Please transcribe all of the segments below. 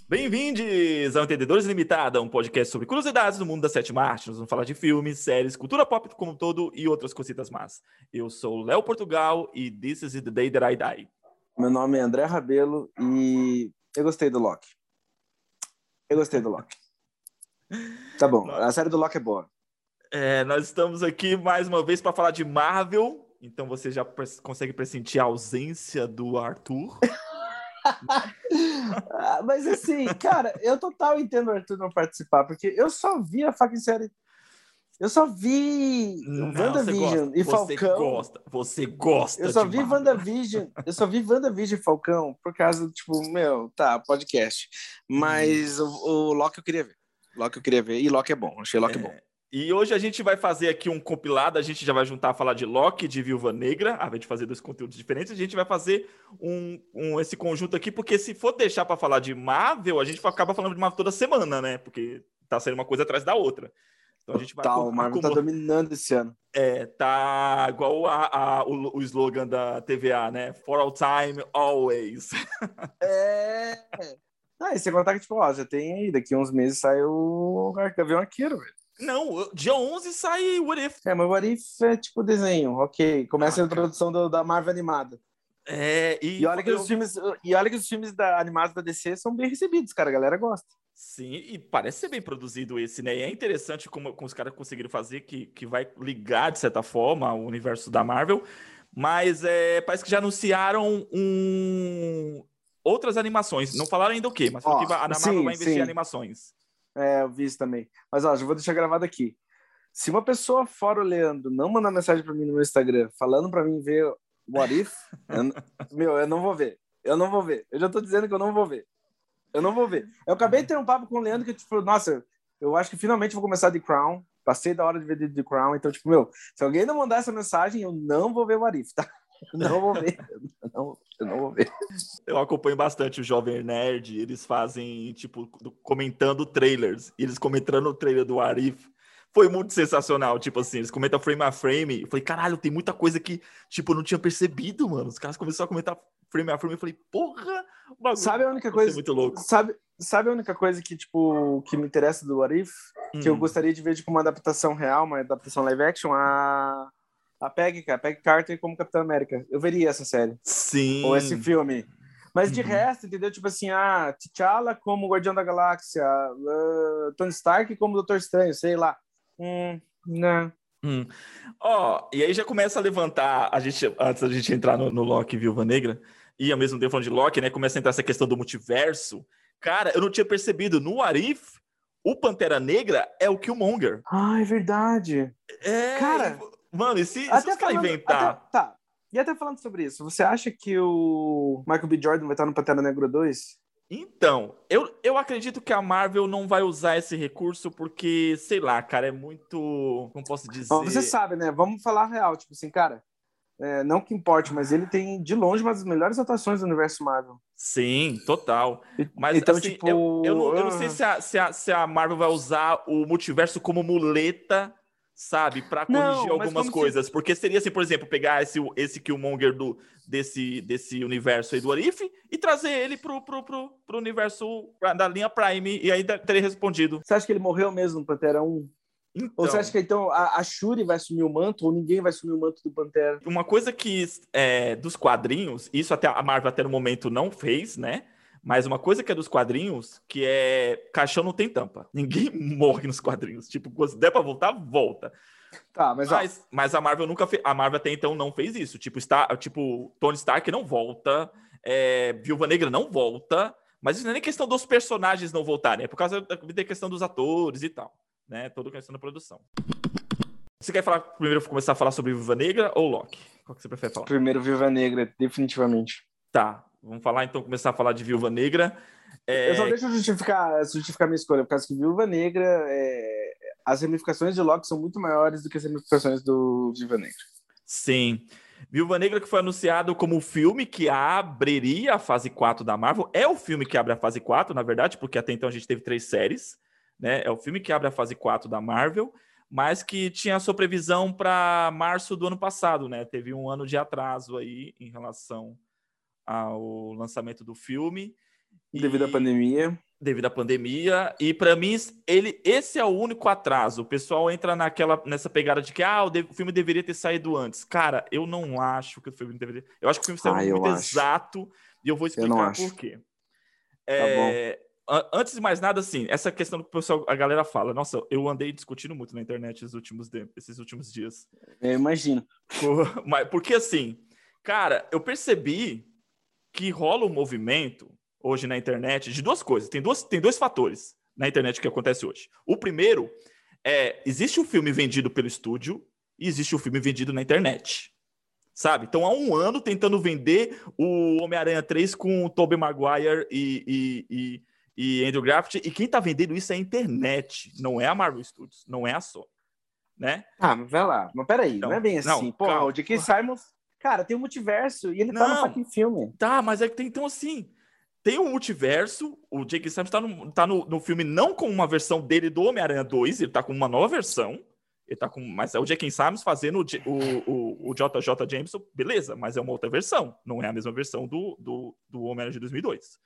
Bem-vindos ao Entendedores Limitada, um podcast sobre curiosidades do mundo da sétima arte. Nós vamos falar de filmes, séries, cultura pop como um todo e outras cositas más. Eu sou o Léo Portugal e this is the day that I die. Meu nome é André Rabelo e eu gostei do Loki. Tá bom, a série do Loki é boa. Nós estamos aqui mais uma vez para falar de Marvel. Então você já consegue pressentir a ausência do Arthur. Mas assim, cara, eu total entendo o Arthur não participar, porque eu só vi a fucking série. Eu só vi WandaVision e Falcão. Você gosta Eu só vi WandaVision. Eu só vi WandaVision e Falcão por causa, podcast. Mas o Loki eu queria ver. E Loki é bom. Achei Loki bom. E hoje a gente vai fazer aqui um compilado, a gente já vai juntar a falar de Loki, de Viúva Negra, a gente fazer dois conteúdos diferentes, a gente vai fazer esse conjunto aqui, porque se for deixar para falar de Marvel, a gente acaba falando de Marvel toda semana, né? Porque tá saindo uma coisa atrás da outra. Então a gente vai o Marvel tá dominando esse ano. Tá igual o slogan da TVA, né? For all time, always. E sem contar que, já tem aí, daqui uns meses sai o Gavião Arqueiro, velho. Não, dia 11 sai What If. Mas What If é tipo desenho, ok. Começa a introdução da Marvel animada. E olha que os filmes animados da DC são bem recebidos, cara. A galera gosta. Sim, e parece ser bem produzido esse, né? E é interessante como os caras conseguiram fazer, que vai ligar, de certa forma, ao universo da Marvel. Mas parece que já anunciaram outras animações. Não falaram ainda o quê, mas falaram que a Marvel vai investir em animações. Eu vi isso também. Mas, já vou deixar gravado aqui. Se uma pessoa fora o Leandro não mandar mensagem pra mim no meu Instagram, falando pra mim ver What If, eu não vou ver. Eu já tô dizendo que eu não vou ver. Eu acabei de ter um papo com o Leandro que, eu acho que finalmente vou começar The Crown. Passei da hora de ver The Crown. Então, se alguém não mandar essa mensagem, eu não vou ver What If, tá? Eu não vou ver. Eu não vou ver. Eu acompanho bastante o Jovem Nerd. Eles fazem, comentando trailers. E eles comentando o trailer do What If. Foi muito sensacional. Eles comentam frame a frame. Eu falei, caralho, tem muita coisa que, eu não tinha percebido, mano. Os caras começaram a comentar frame a frame. Eu falei, porra, o bagulho. Sabe a única coisa? Muito louco. Sabe a única coisa que, que me interessa do What If? Que eu gostaria de ver, uma adaptação real, uma adaptação live action, a Peggy Carter como Capitã América. Eu veria essa série. Sim. Ou esse filme. Mas de resto, entendeu? T'Challa como Guardião da Galáxia, Tony Stark como Doutor Estranho, sei lá. Não. E aí já começa a levantar, antes da gente entrar no Loki e Viúva Negra, e ao mesmo tempo falando de Loki, né, começa a entrar essa questão do multiverso. Cara, eu não tinha percebido, no What If, o Pantera Negra é o Killmonger. É verdade. Cara... Mano, e se os caras inventar... E até falando sobre isso, você acha que o Michael B. Jordan vai estar no Pantera Negra 2? Então, eu acredito que a Marvel não vai usar esse recurso porque, sei lá, cara, é muito... Como posso dizer? Você sabe, né? Vamos falar a real. cara, não que importe, mas ele tem, de longe, uma das melhores atuações do universo Marvel. Sim, total. Mas, então, eu não sei se a Marvel vai usar o multiverso como muleta, sabe, pra corrigir algumas coisas. Porque seria assim, por exemplo, pegar esse Killmonger desse universo aí do What If e trazer ele pro universo da linha Prime e aí teria respondido. Você acha que ele morreu mesmo no Pantera 1? Então, ou você acha que então a Shuri vai assumir o manto ou ninguém vai assumir o manto do Pantera? Uma coisa que dos quadrinhos, isso até a Marvel até no momento não fez, né? Mas uma coisa que é dos quadrinhos, que é caixão não tem tampa. Ninguém morre nos quadrinhos. Se der pra voltar, volta. Tá, mas a Marvel nunca fez. A Marvel até então não fez isso. Tony Stark não volta, Viúva Negra não volta. Mas isso não é nem questão dos personagens não voltarem, é por causa da questão dos atores e tal, né? Toda a questão da produção. Você quer primeiro começar a falar sobre Viúva Negra ou Loki? Qual que você prefere falar? Primeiro Viúva Negra, definitivamente. Tá, vamos falar então, começar a falar de Viúva Negra. Eu só deixo justificar minha escolha, por causa que Viúva Negra, as ramificações de Loki são muito maiores do que as ramificações do Viúva Negra. Sim. Viúva Negra, que foi anunciado como o filme que abriria a fase 4 da Marvel. É o filme que abre a fase 4, na verdade, porque até então a gente teve 3 séries, né? É o filme que abre a fase 4 da Marvel, mas que tinha a sua previsão para março do ano passado, né? Teve um ano de atraso aí em relação ao lançamento do filme. Devido à pandemia. Devido à pandemia. E para mim, esse é o único atraso. O pessoal entra nessa pegada de que o filme deveria ter saído antes. Cara, eu não acho que o filme deveria... Eu acho que o filme saiu muito exato e eu vou explicar por quê. Tá bom. Antes de mais nada, assim, essa questão que a galera fala, nossa, eu andei discutindo muito na internet esses últimos dias. Eu imagino. Porque assim, cara, eu percebi que rola um movimento hoje na internet de duas coisas. Tem dois fatores na internet que acontece hoje. O primeiro existe um filme vendido pelo estúdio e existe um filme vendido na internet. Sabe? Então, há um ano tentando vender o Homem-Aranha 3 com o Tobey Maguire e Andrew Garfield, e quem tá vendendo isso é a internet, não é a Marvel Studios, não é a Sony, né? Mas vai lá, mas peraí, não é bem assim. Porra, o J.K. Simmons, cara, tem um multiverso e ele tá no fucking filme. Tá, mas é que tem, então assim, tem um multiverso, o J.K. Simmons tá no filme não com uma versão dele do Homem-Aranha 2, ele tá com uma nova versão, mas é o J.K. Simmons fazendo o JJ Jameson, beleza, mas é uma outra versão, não é a mesma versão do Homem-Aranha de 2002.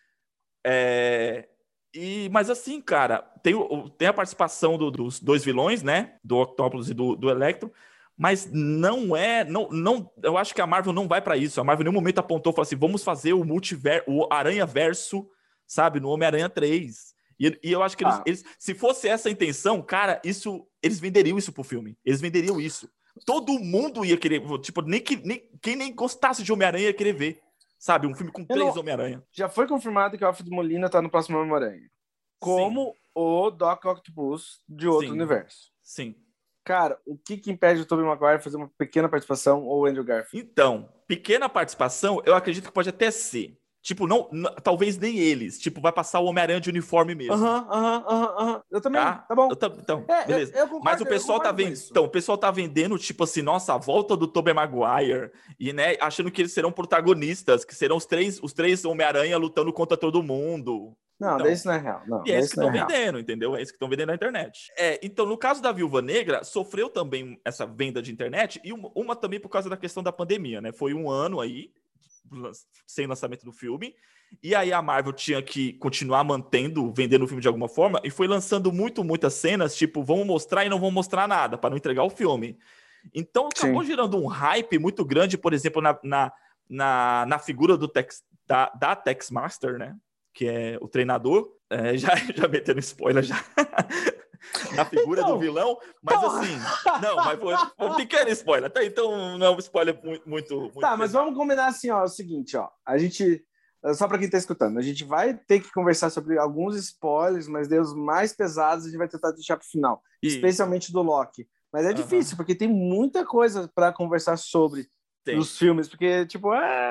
Mas assim, cara, tem a participação dos dois vilões, né? Do Octopus e do Electro, mas eu acho que a Marvel não vai pra isso. A Marvel em nenhum momento apontou e falou assim, vamos fazer o Aranha Verso, sabe, no Homem-Aranha 3. E eu acho que eles, se fosse essa a intenção, cara, eles venderiam isso pro filme. Eles venderiam isso. Todo mundo ia querer, tipo, quem nem gostasse de Homem-Aranha ia querer ver. Sabe, um filme com 3 Homem-Aranha. Já foi confirmado que o Alfred Molina tá no próximo Homem-Aranha. Como o Doc Octopus de outro universo. Sim. Cara, o que impede o Tobey Maguire fazer uma pequena participação ou o Andrew Garfield? Então, pequena participação, eu acredito que pode até ser. Tipo, talvez nem eles. Tipo, vai passar o Homem-Aranha de uniforme mesmo. Eu também, tá bom. Então, beleza. Eu concordo, mas o pessoal tá vendendo. Então, o pessoal tá vendendo, tipo assim, nossa, a volta do Tobey Maguire. E, né, achando que eles serão protagonistas, que serão os três Homem-Aranha lutando contra todo mundo. Não, então, isso não é real. Não, e é isso que estão vendendo, entendeu? É isso que estão vendendo na internet. Então, no caso da Viúva Negra, sofreu também essa venda de internet, e uma também por causa da questão da pandemia, né? Foi um ano aí, sem lançamento do filme, e aí a Marvel tinha que continuar vendendo o filme de alguma forma, e foi lançando muitas cenas, tipo, vamos mostrar e não vamos mostrar nada, para não entregar o filme. Então, acabou gerando um hype muito grande, por exemplo, na figura da Tex Master, né? Que é o treinador, já metendo spoiler já, na figura do vilão, mas assim, mas foi um pequeno spoiler, tá? Então não é um spoiler muito tá, pesado. Mas vamos combinar assim, ó, é o seguinte, ó, a gente, só para quem tá escutando, a gente vai ter que conversar sobre alguns spoilers, mas os mais pesados a gente vai tentar deixar pro final, especialmente do Loki, mas é difícil, porque tem muita coisa para conversar sobre os filmes, porque, tipo,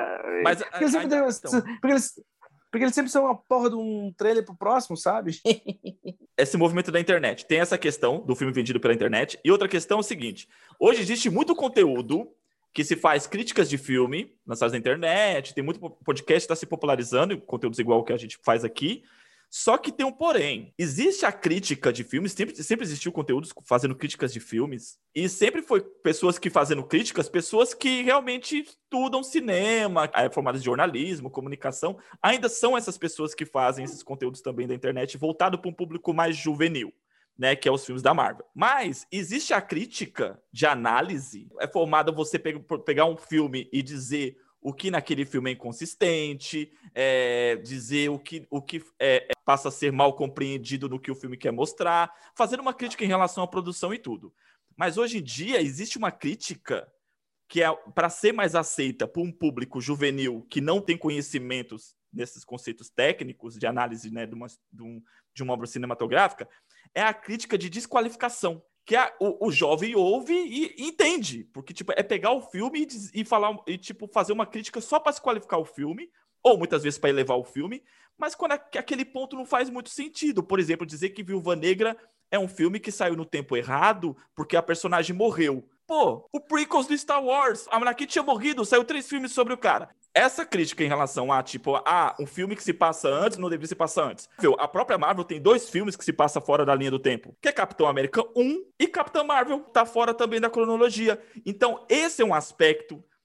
porque eles sempre são uma porra de um trailer pro próximo, sabe? Esse movimento da internet. Tem essa questão do filme vendido pela internet. E outra questão é o seguinte. Hoje existe muito conteúdo que se faz críticas de filme lançados na internet. Tem muito podcast que está se popularizando, conteúdos igual o que a gente faz aqui. Só que tem um porém. Existe a crítica de filmes, sempre existiu conteúdos fazendo críticas de filmes, e sempre foi pessoas que fazendo críticas, pessoas que realmente estudam cinema, formadas de jornalismo, comunicação, ainda são essas pessoas que fazem esses conteúdos também da internet, voltado para um público mais juvenil, né, que é os filmes da Marvel. Mas existe a crítica de análise, é formada você pegar um filme e dizer o que naquele filme é inconsistente, dizer o que passa a ser mal compreendido no que o filme quer mostrar, fazer uma crítica em relação à produção e tudo. Mas hoje em dia existe uma crítica que é para ser mais aceita por um público juvenil que não tem conhecimentos nesses conceitos técnicos de análise, né, de uma obra cinematográfica, é a crítica de desqualificação. Que o jovem ouve e entende, porque tipo, é pegar o filme e falar e tipo, fazer uma crítica só para se qualificar o filme, ou muitas vezes para elevar o filme, mas quando aquele ponto não faz muito sentido. Por exemplo, dizer que Viúva Negra é um filme que saiu no tempo errado porque a personagem morreu. Pô, o prequels do Star Wars, a Anakin tinha morrido, saiu 3 filmes sobre o cara. Essa crítica em relação a, tipo, um filme que se passa antes não deveria se passar antes. A própria Marvel tem 2 filmes que se passam fora da linha do tempo, que é Capitão América 1 e Capitã Marvel, tá fora também da cronologia. Então, esse é um aspecto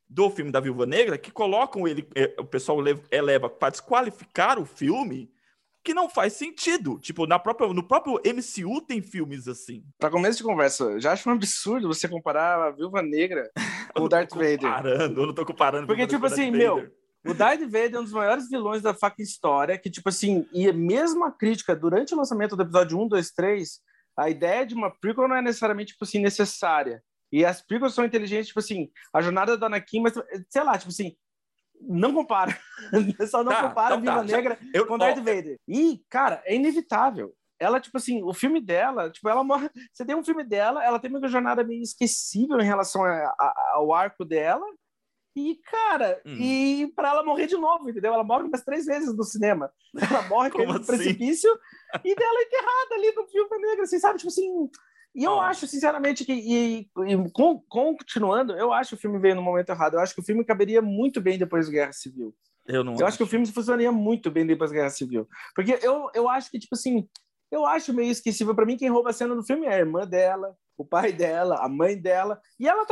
do filme da Viúva Negra que colocam ele, o pessoal eleva para desqualificar o filme, que não faz sentido. Tipo, no próprio MCU tem filmes assim. Pra começo de conversa, eu já acho um absurdo você comparar a Viúva Negra com o Darth Vader. Eu não tô comparando. Porque, tipo assim, o Darth Vader é um dos maiores vilões da fucking história, que, tipo assim, e mesmo a crítica, durante o lançamento do episódio 1, 2, 3, a ideia de uma prequel não é necessariamente, tipo assim, necessária. E as prequels são inteligentes, tipo assim, a jornada do Anakin, mas, sei lá, tipo assim, não compara. Só não compara a Viúva Negra com Darth Vader. E, cara, é inevitável. Ela, tipo assim, o filme dela, tipo, ela morre. Você tem um filme dela, ela tem uma jornada meio esquecível em relação ao arco dela. E, cara, e pra ela morrer de novo, entendeu? Ela morre umas 3 vezes no cinema. Ela morre caindo no precipício e dela é enterrada ali no Viúva Negra, assim, sabe? Tipo assim. E eu acho, sinceramente, que continuando, eu acho que o filme veio no momento errado. Eu acho que o filme caberia muito bem depois da Guerra Civil. Eu acho que o filme funcionaria muito bem depois da Guerra Civil. Porque eu acho que, tipo assim, eu acho meio esquecível. Pra mim, quem rouba a cena do filme é a irmã dela, o pai dela, a mãe dela. E ela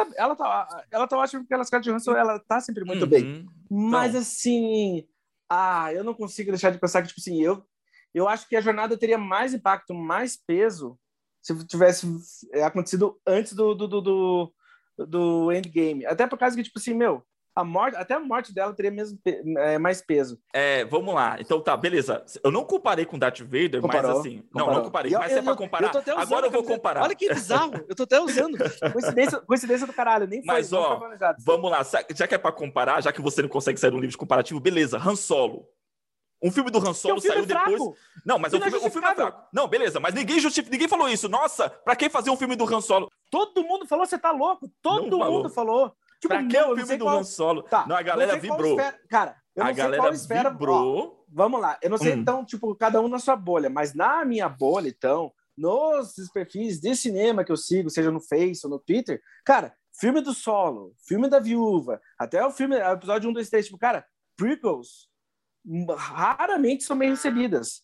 tá ótima porque ela, Scarlett Johansson, ela tá sempre muito bem. Mas, então, assim, eu não consigo deixar de pensar que, tipo assim, eu acho que a jornada teria mais impacto, mais peso se tivesse acontecido antes do Endgame. Até por causa que, tipo assim, até a morte dela teria mesmo mais peso. Vamos lá. Então tá, beleza. Eu não comparei com Darth Vader, mas assim... Comparou. Não comparei. Mas se é pra comparar, agora eu vou comparar. Olha que bizarro. Eu tô até usando. Coincidência do caralho. Nem foi, mas, ó, foi planejado. Vamos lá. Já que é pra comparar, já que você não consegue sair de um livro de comparativo, beleza. Han Solo. Um filme do Han Solo saiu depois... Não, mas o filme é fraco. Não, beleza, mas ninguém falou isso. Nossa, pra que fazer um filme do Han Solo? Todo mundo falou, você tá louco? Todo mundo falou. Tipo, pra que o filme do Han Solo? Tá, não, a galera vibrou. Cara, eu não sei qual esfera... vibrou. Ó, vamos lá. Eu não sei, então, tipo, cada um na sua bolha. Mas na minha bolha, então, nos perfis de cinema que eu sigo, seja no Face ou no Twitter, cara, filme do Solo, filme da Viúva, até o episódio 1, 2, 3, tipo, cara, prequels raramente são bem recebidas.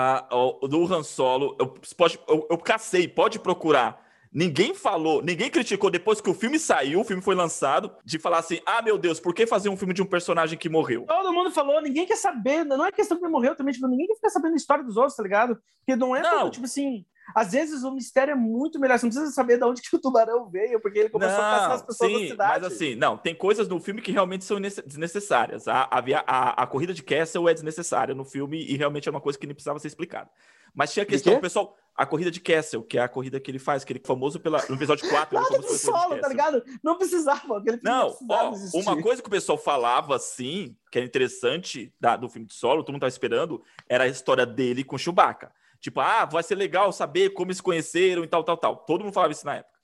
Do Han Solo, eu cacei, pode procurar. Ninguém criticou depois que o filme saiu, o filme foi lançado, de falar assim, meu Deus, por que fazer um filme de um personagem que morreu? Todo mundo falou, ninguém quer saber, não é questão que ele morreu também, tipo, ninguém quer ficar sabendo a história dos outros, tá ligado? Porque não é todo, tipo assim, às vezes o mistério é muito melhor, você não precisa saber de onde que o tubarão veio, porque ele começou a caçar as pessoas da cidade. Mas assim, tem coisas no filme que realmente são desnecessárias. A corrida de Castle é desnecessária no filme e realmente é uma coisa que nem precisava ser explicada. Mas tinha a questão do pessoal, a corrida de Castle, que é a corrida que ele faz, que ele é famoso no episódio 4. Nada de solo, tá ligado? Não precisava. Uma coisa que o pessoal falava, assim, que era interessante do filme de Solo, todo mundo tava esperando, era a história dele com Chewbacca. Tipo, vai ser legal saber como eles se conheceram e tal. Todo mundo falava isso na época.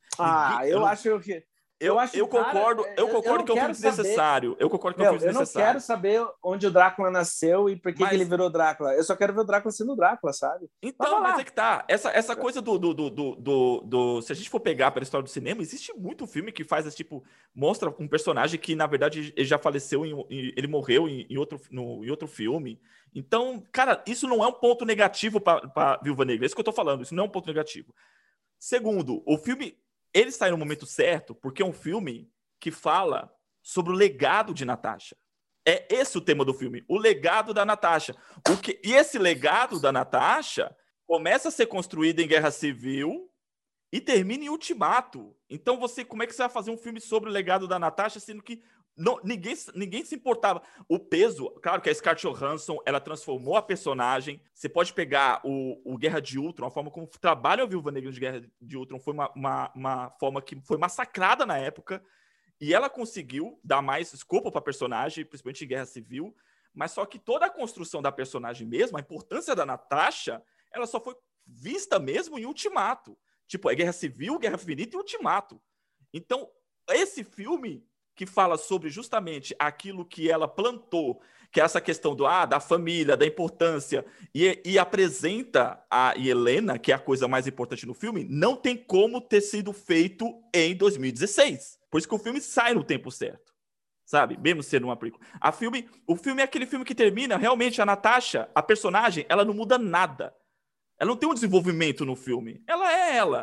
Eu concordo que é um filme desnecessário. Eu concordo que é um filme desnecessário. Eu não quero saber onde o Drácula nasceu e por que ele virou Drácula. Eu só quero ver o Drácula sendo Drácula, sabe? Então, mas é que tá. Essa coisa se a gente for pegar pela história do cinema, existe muito filme que faz tipo, mostra um personagem que, na verdade, ele já faleceu, ele morreu em outro filme. Então, cara, isso não é um ponto negativo pra Viúva Negra. É isso que eu tô falando. Isso não é um ponto negativo. Segundo, o filme... Ele sai no momento certo porque é um filme que fala sobre o legado de Natasha. É esse o tema do filme, o legado da Natasha. E esse legado da Natasha começa a ser construído em Guerra Civil e termina em Ultimato. Então, como é que você vai fazer um filme sobre o legado da Natasha, sendo que ninguém se importava? O peso, claro que a Scarlett Johansson, ela transformou a personagem. Você pode pegar o Guerra de Ultron, a forma como trabalha a Viúva Negra de Guerra de Ultron foi uma forma que foi massacrada na época, e ela conseguiu dar mais escopo para a personagem, principalmente em Guerra Civil, mas só que toda a construção da personagem mesmo, a importância da Natasha, ela só foi vista mesmo em Ultimato. Tipo, é Guerra Civil, Guerra Infinita e Ultimato. Então, esse filme que fala sobre justamente aquilo que ela plantou, que é essa questão da família, da importância, e apresenta a Helena, que é a coisa mais importante no filme, não tem como ter sido feito em 2016. Por isso que o filme sai no tempo certo, sabe? Mesmo sendo uma prequel. O filme é aquele filme que termina, realmente, a Natasha, a personagem, ela não muda nada. Ela não tem um desenvolvimento no filme. Ela é ela.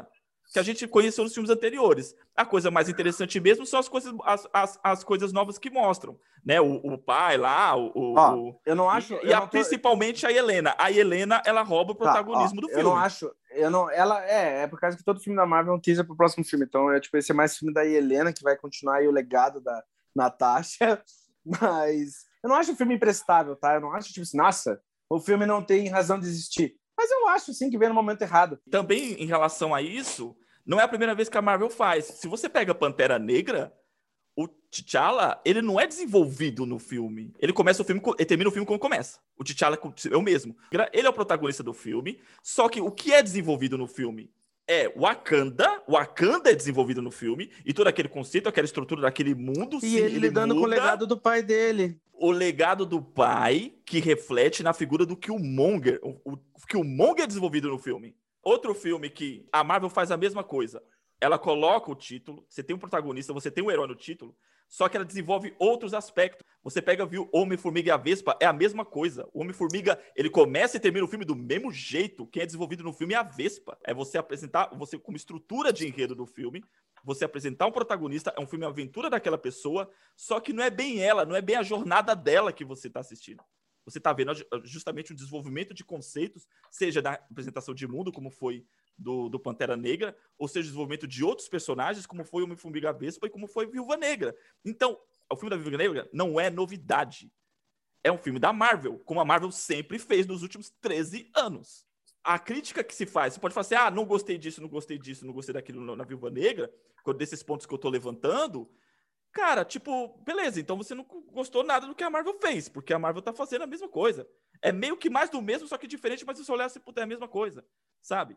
que a gente conheceu nos filmes anteriores. A coisa mais interessante mesmo são as coisas novas que mostram, né? O pai lá, eu não acho... principalmente a Helena. A Helena, ela rouba o protagonismo do filme. Eu não acho... ela é por causa que todo filme da Marvel é um teaser pro próximo filme. Então, esse é mais filme da Helena, que vai continuar aí o legado da Natasha. Mas eu não acho o filme imprestável, tá? Eu não acho, tipo assim, nossa, o filme não tem razão de existir. Mas eu acho, sim, que vem no momento errado. Também, em relação a isso, não é a primeira vez que a Marvel faz. Se você pega Pantera Negra, o T'Challa, ele não é desenvolvido no filme. Ele começa o filme, ele termina o filme como começa. O T'Challa é o mesmo. Ele é o protagonista do filme, só que o que é desenvolvido no filme é Wakanda. Wakanda é desenvolvido no filme, e todo aquele conceito, aquela estrutura daquele mundo, e ele lidando com o legado do pai dele. O legado do pai, que reflete na figura do Killmonger. O Killmonger é desenvolvido no filme. Outro filme que a Marvel faz a mesma coisa. Ela coloca o título, você tem um protagonista, você tem um herói no título, só que ela desenvolve outros aspectos. Você pega, viu, Homem-Formiga e a Vespa, é a mesma coisa. O Homem-Formiga, ele começa e termina o filme do mesmo jeito. Quem é desenvolvido no filme é a Vespa. É você apresentar, você como estrutura de enredo do filme, você apresentar um protagonista, é um filme aventura daquela pessoa, só que não é bem ela, não é bem a jornada dela que você está assistindo. Você está vendo justamente o desenvolvimento de conceitos, seja da apresentação de mundo, como foi do Pantera Negra, ou seja, o desenvolvimento de outros personagens, como foi o Homem-Formiga Vespa e como foi Viúva Negra. Então, o filme da Viúva Negra não é novidade. É um filme da Marvel, como a Marvel sempre fez nos últimos 13 anos. A crítica que se faz, você pode falar assim, não gostei disso, não gostei disso, não gostei daquilo na Viúva Negra, desses pontos que eu tô levantando. Cara, tipo, beleza, então você não gostou nada do que a Marvel fez, porque a Marvel tá fazendo a mesma coisa. É meio que mais do mesmo, só que diferente, mas se você olhar, você puder, é a mesma coisa, sabe?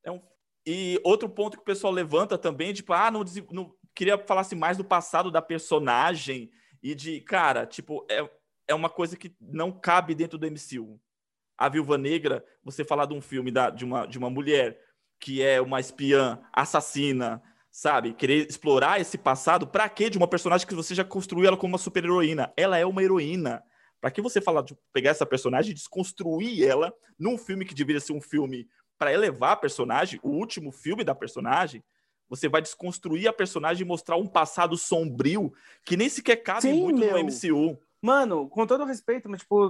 E outro ponto que o pessoal levanta também, tipo, não queria falar assim, mais do passado da personagem e de, cara, tipo, é uma coisa que não cabe dentro do MCU. A Viúva Negra, você falar de um filme de uma mulher que é uma espiã assassina, sabe? Querer explorar esse passado, pra quê? De uma personagem que você já construiu ela como uma super-heroína. Ela é uma heroína. Pra que você falar de pegar essa personagem e desconstruir ela num filme que deveria ser um filme para elevar a personagem, o último filme da personagem, você vai desconstruir a personagem e mostrar um passado sombrio que nem sequer cabe muito no MCU. Mano, com todo respeito, mas, tipo,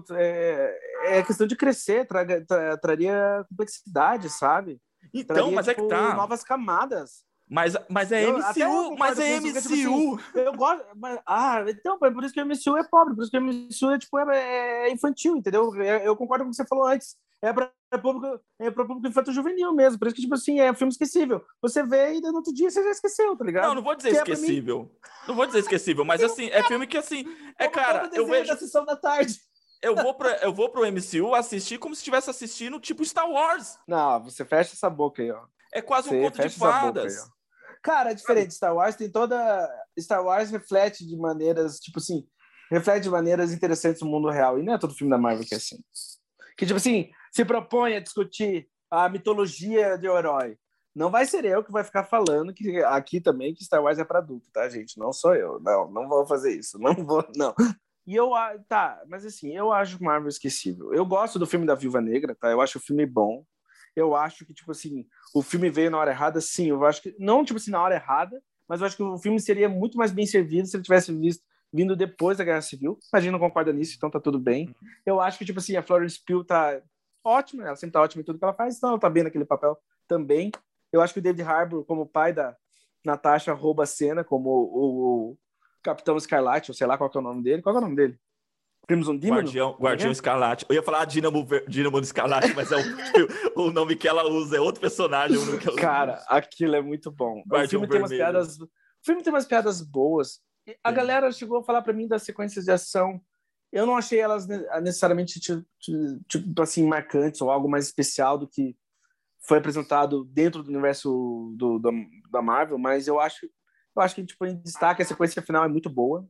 é questão de crescer, traria complexidade, sabe? Então, traria, mas tipo, é que tá. novas camadas. Mas é MCU, mas é MCU. Tipo assim, eu gosto. Então, por isso que o MCU é pobre, por isso que o MCU é infantil, entendeu? Eu concordo com o que você falou antes. É para público infanto-juvenil mesmo. Por isso que, tipo assim, é um filme esquecível. Você vê e no outro dia você já esqueceu, tá ligado? Não vou dizer esquecível. Não vou dizer esquecível, mas assim, é filme que assim. Cara, eu vejo. Da sessão da tarde. Eu vou pro MCU assistir como se estivesse assistindo tipo Star Wars. Não, você fecha essa boca aí, ó. É quase um conto de fadas. Aí, cara, é diferente. Star Wars tem toda. Star Wars reflete de maneiras, tipo assim, reflete de maneiras interessantes no mundo real. E não é todo filme da Marvel que é assim. Que, tipo assim, se propõe a discutir a mitologia de herói. Não vai ser eu que vai ficar falando que aqui também que Star Wars é para adulto, tá, gente? Não sou eu. Não vou fazer isso. Não vou, não. E mas assim, eu acho Marvel esquecível. Eu gosto do filme da Viúva Negra, tá? Eu acho o filme bom. Eu acho que, tipo assim, o filme veio na hora errada, sim. Eu acho que, não, tipo assim, na hora errada, mas eu acho que o filme seria muito mais bem servido se ele tivesse vindo depois da Guerra Civil. A gente não concorda nisso, então tá tudo bem. Eu acho que, tipo assim, a Florence Pugh tá ótima, ela sempre tá ótima em tudo que ela faz, então ela tá bem naquele papel também. Eu acho que o David Harbour, como pai da Natasha, rouba a cena como o Capitão Escarlate, ou sei lá qual que é o nome dele. Qual que é o nome dele? Crimson Demon? Guardião Escarlate. Eu ia falar Dínamo Escarlate, mas o nome que ela usa é outro personagem. Cara, aquilo é muito bom. O filme tem umas piadas boas. A galera chegou a falar para mim das sequências de ação. Eu não achei elas necessariamente tipo assim, marcantes ou algo mais especial do que foi apresentado dentro do universo da Marvel, mas eu acho que, tipo, em destaque, a sequência final é muito boa.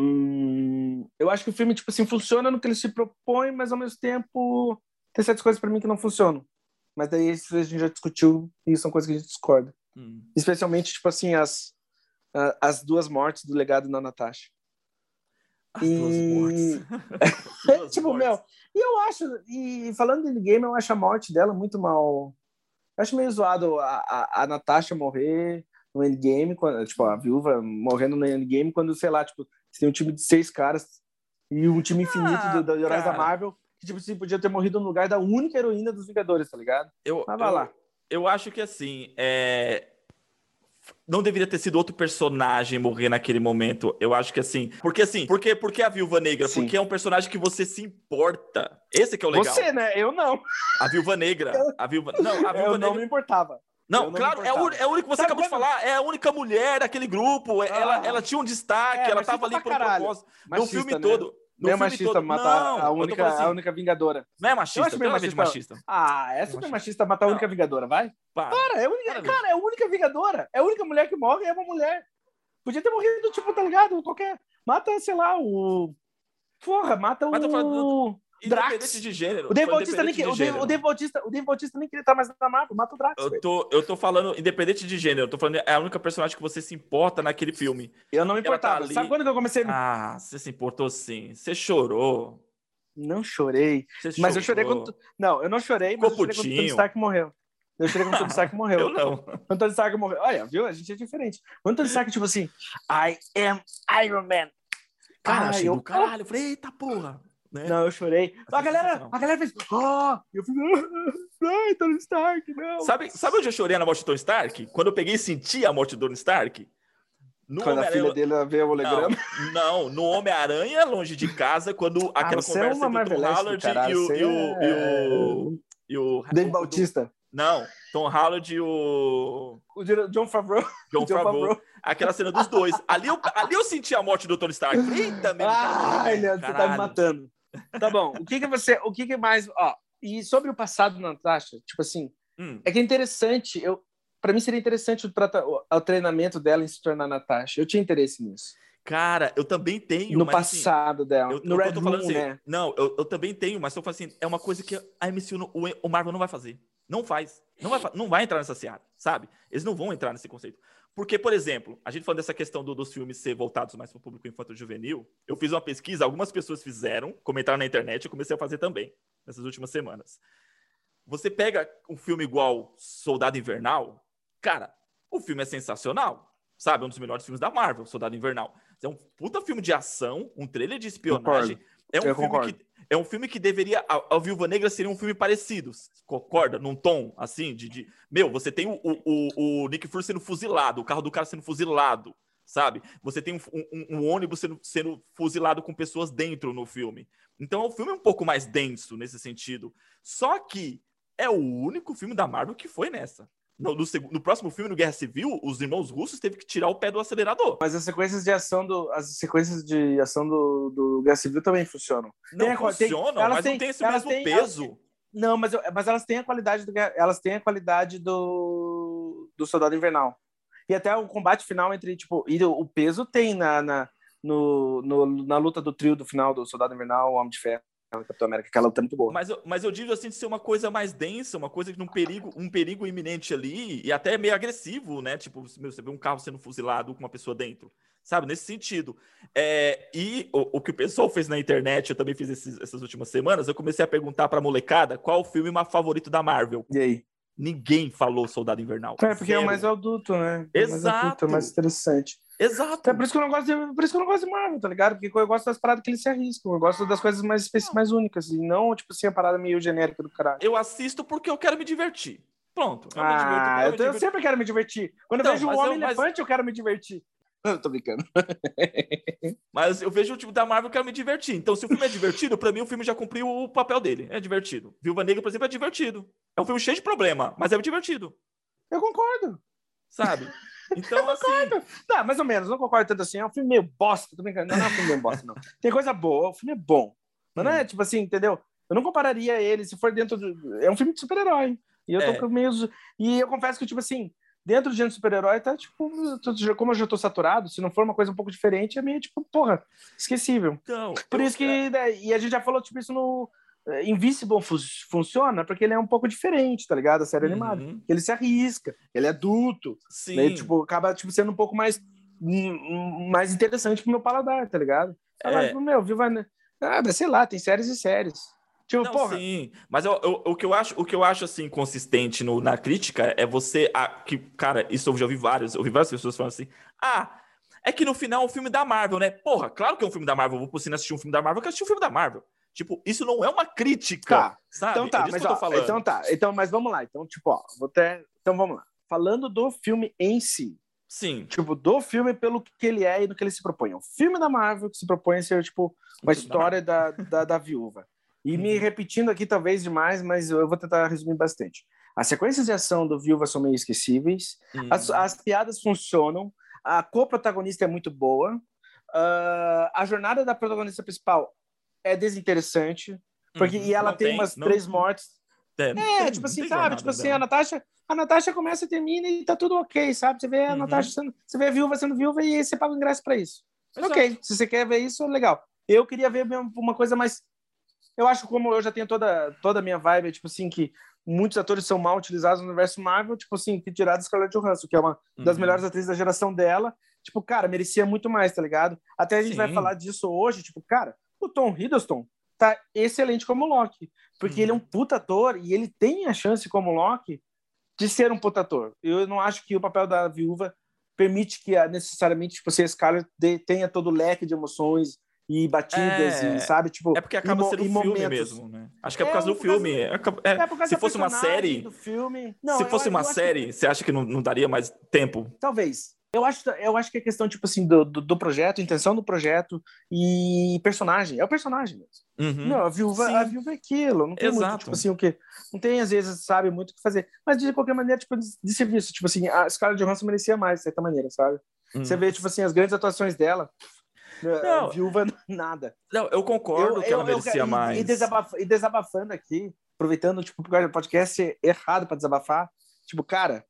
Eu acho que o filme, tipo assim, funciona no que ele se propõe, mas ao mesmo tempo tem certas coisas para mim que não funcionam. Mas daí a gente já discutiu e são coisas que a gente discorda. Especialmente, tipo assim, as duas mortes do legado da Natasha. Duas mortes. Tipo, meu, e eu acho, e falando de Endgame, eu acho a morte dela muito mal Eu acho meio zoado a Natasha morrer no Endgame, quando, tipo, a viúva morrendo no Endgame, quando, sei lá, tipo, você tem um time de 6 caras e um time infinito de heróis da Marvel, que, tipo, assim, podia ter morrido no lugar da única heroína dos Vingadores, tá ligado? Mas vai lá. Eu acho que, assim, não deveria ter sido outro personagem morrer naquele momento. Eu acho que assim. Porque a Viúva Negra? Sim. Porque é um personagem que você se importa. Esse que é o legal. Você, né? Eu não. A Viúva Negra. A Viúva Eu Negra. não me importava. Não, claro, é o único que você acabou de falar. É a única mulher daquele grupo. Ela tinha um destaque, ela tava ali por um propósito. No filme todo. Não é machista matar a única Vingadora. Não é machista, eu acho machista. É super machista matar a única Vingadora, vai? É a única Vingadora. É a única mulher que morre, é uma mulher. Podia ter morrido, tipo, tá ligado? Qualquer... Mata, sei lá, o... Porra, mata o... Drax. De gênero. O Dave Bautista nem queria estar mais na Marvel, mata o Drax. Eu tô falando independente de gênero, eu tô falando é a única personagem que você se importa naquele filme. Eu não me importava. Sabe quando que eu comecei? Você se importou sim. Você chorou. Não chorei. Mas eu chorei quando... Não, eu não chorei, mas eu chorei quando o Tony Stark morreu. Eu chorei quando o Tony Stark morreu. Eu não. Quando o Tony Stark morreu. Olha, viu? A gente é diferente. Quando o Tony Stark, tipo assim, I am Iron Man. Cara, eu caralho. Eu falei, eita porra. Né? Não, eu chorei. A galera fez. Eu fui. Ai, Tony Stark, não. Sabe onde eu chorei na morte do Tony Stark? Quando eu peguei e senti a morte do Tony Stark? Quando a filha dele veio o holograma? Não, no Homem-Aranha, longe de casa, quando aquela conversa entre o Tom Holland e o Dave Bautista. Não, Tom Holland e o Jon Favreau. John Favreau. Aquela cena dos dois. Ali eu senti a morte do Tony Stark. Eita, meu Leandro, você tá me matando. Tá bom. O que mais... Ó, e sobre o passado da Natasha, tipo assim, é que é interessante, pra mim seria interessante o treinamento dela em se tornar Natasha. Eu tinha interesse nisso. Cara, eu também tenho. No passado dela. No Red Room, assim, né? Não, eu também tenho, mas eu falo assim, é uma coisa que a MCU, o Marvel não vai fazer. Não faz. Não vai entrar nessa seara, sabe? Eles não vão entrar nesse conceito. Porque, por exemplo, a gente falando dessa questão dos filmes ser voltados mais para o público infanto-juvenil, eu fiz uma pesquisa, algumas pessoas fizeram, comentaram na internet, eu comecei a fazer também, nessas últimas semanas. Você pega um filme igual Soldado Invernal, cara, o filme é sensacional, sabe? É um dos melhores filmes da Marvel, Soldado Invernal. É um puta filme de ação, um trailer de espionagem. É um filme que deveria... A Viúva Negra seria um filme parecido, concorda? Num tom, assim, Meu, você tem o Nick Fury sendo fuzilado, o carro do cara sendo fuzilado, sabe? Você tem um ônibus sendo fuzilado com pessoas dentro no filme. Então, o filme é um pouco mais denso nesse sentido. Só que é o único filme da Marvel que foi nessa. No próximo filme, no Guerra Civil, os irmãos russos teve que tirar o pé do acelerador. Mas as sequências de ação do Guerra Civil também funcionam. Não funcionam, mas não tem esse mesmo peso. Não, mas elas têm a qualidade do Soldado Invernal. E até o combate final entre, tipo, e o peso tem na luta do trio do final do Soldado Invernal, o Homem de Ferro. Capitão América, aquela luta é muito boa. Mas eu digo assim de ser uma coisa mais densa, uma coisa de um perigo iminente ali, e até meio agressivo, né? Tipo, você vê um carro sendo fuzilado com uma pessoa dentro, sabe? Nesse sentido. E o que o pessoal fez na internet, eu também fiz essas últimas semanas, eu comecei a perguntar pra molecada qual o filme favorito da Marvel. E aí? Ninguém falou Soldado Invernal. Porque é o mais adulto, né? Exato. É mais interessante. Exato. É por isso que eu não gosto de Marvel, tá ligado? Porque eu gosto das paradas que eles se arriscam. Eu gosto das coisas mais únicas. E não, tipo assim, a parada meio genérica do caralho. Eu assisto porque eu quero me divertir. Pronto. Eu sempre quero me divertir. Quando eu vejo um Homem-Elefante, eu quero me divertir. Eu tô brincando. Mas eu vejo o tipo da Marvel, eu quero me divertir. Então, se o filme é divertido, pra mim o filme já cumpriu o papel dele. É divertido. Viúva Negra, por exemplo, é divertido. É um filme cheio de problema, mas é divertido. Eu concordo. Sabe? Então, assim... Tá, mais ou menos, não concordo tanto assim. É um filme meio bosta, tô brincando. Não é um filme meio bosta, não. Tem coisa boa, o filme é bom. Mas não é, tipo assim, entendeu? Eu não compararia ele se for dentro do... É um filme de super-herói. E eu tô meio... E eu confesso que, tipo assim, dentro do gênero de super-herói, tá, tipo... Como eu já tô saturado, se não for uma coisa um pouco diferente, é meio, tipo, porra, esquecível. Então, por isso que... E a gente já falou, tipo, isso no... Invincible funciona porque ele é um pouco diferente, tá ligado? A série animada. Ele se arrisca, ele é adulto. Sim. Né? Tipo, acaba tipo, sendo um pouco mais interessante pro meu paladar, tá ligado? Agora, tipo, sei lá, tem séries e séries. Tipo, Não, porra. sim, mas o que eu acho assim consistente na crítica é que, cara, isso eu já ouvi várias pessoas falando assim: "Ah, é que no final é um filme da Marvel, né?" Porra, claro que é um filme da Marvel, eu vou pro cinema assistir um filme da Marvel, eu quero assistir um filme da Marvel. Tipo, isso não é uma crítica, Tá. Então sabe? É tá, disso mas que eu tô ó, então falando. tá. Então, mas vamos lá. Então, tipo, ó, então vamos lá. Falando do filme em si. Sim. Tipo, do filme pelo que ele é e no que ele se propõe. É um filme da Marvel que se propõe a ser, tipo, Um uma filme da história Marvel. da viúva. E me Uhum. repetindo aqui, talvez demais, mas eu vou tentar resumir bastante. As sequências de ação do Viúva são meio esquecíveis, Uhum. as piadas funcionam, a co-protagonista é muito boa, a jornada da protagonista principal é desinteressante, porque Uhum. e ela Não tem tem, umas não, 3 mortes. Tipo não assim, tem sabe? Tipo jornada assim, dela. A Natasha começa e termina e tá tudo ok, sabe? Você vê a Natasha Uhum. você vê a viúva sendo viúva e você paga o ingresso pra isso. Ok, Exato. se você quer ver isso, legal. Eu queria ver uma coisa mais. Eu acho que como eu já tenho toda a minha vibe, tipo assim, que muitos atores são mal utilizados no universo Marvel, tipo assim, que tirado a Scarlett Johansson, que é uma das melhores Uhum. atrizes da geração dela. Tipo, cara, merecia muito mais, tá ligado? Até a gente vai falar Sim. disso hoje, tipo, cara, o Tom Hiddleston tá excelente como Loki, porque ele é um Uhum. puta ator e ele tem a chance como Loki de ser um puta ator. Eu não acho que o papel da viúva permite que necessariamente tipo, a Scarlett tenha todo o leque de emoções e batidas e, É, sabe, é tipo, porque acaba sendo e filme momentos. mesmo, né? Acho que é por causa do Por causa, filme. é por causa Se da fosse uma personagem do série, filme. se Não, fosse uma eu acho que série, você acha que não daria mais tempo? talvez. Eu acho que é questão, tipo assim, do projeto, intenção do projeto e personagem. É o personagem mesmo. Não, Uhum. a Sim, viúva é aquilo, não tem muito, tipo exato. assim, o quê? Não tem, às vezes, sabe, muito o que fazer. Mas, de qualquer maneira, tipo, de serviço. Tipo assim, a Scarlett Johansson merecia mais, de certa maneira, sabe? Você vê, tipo assim, as grandes atuações dela, Não, viúva, nada. não, eu concordo que ela merecia mais. Desabafando aqui, aproveitando, tipo, o podcast errado para desabafar, tipo, cara,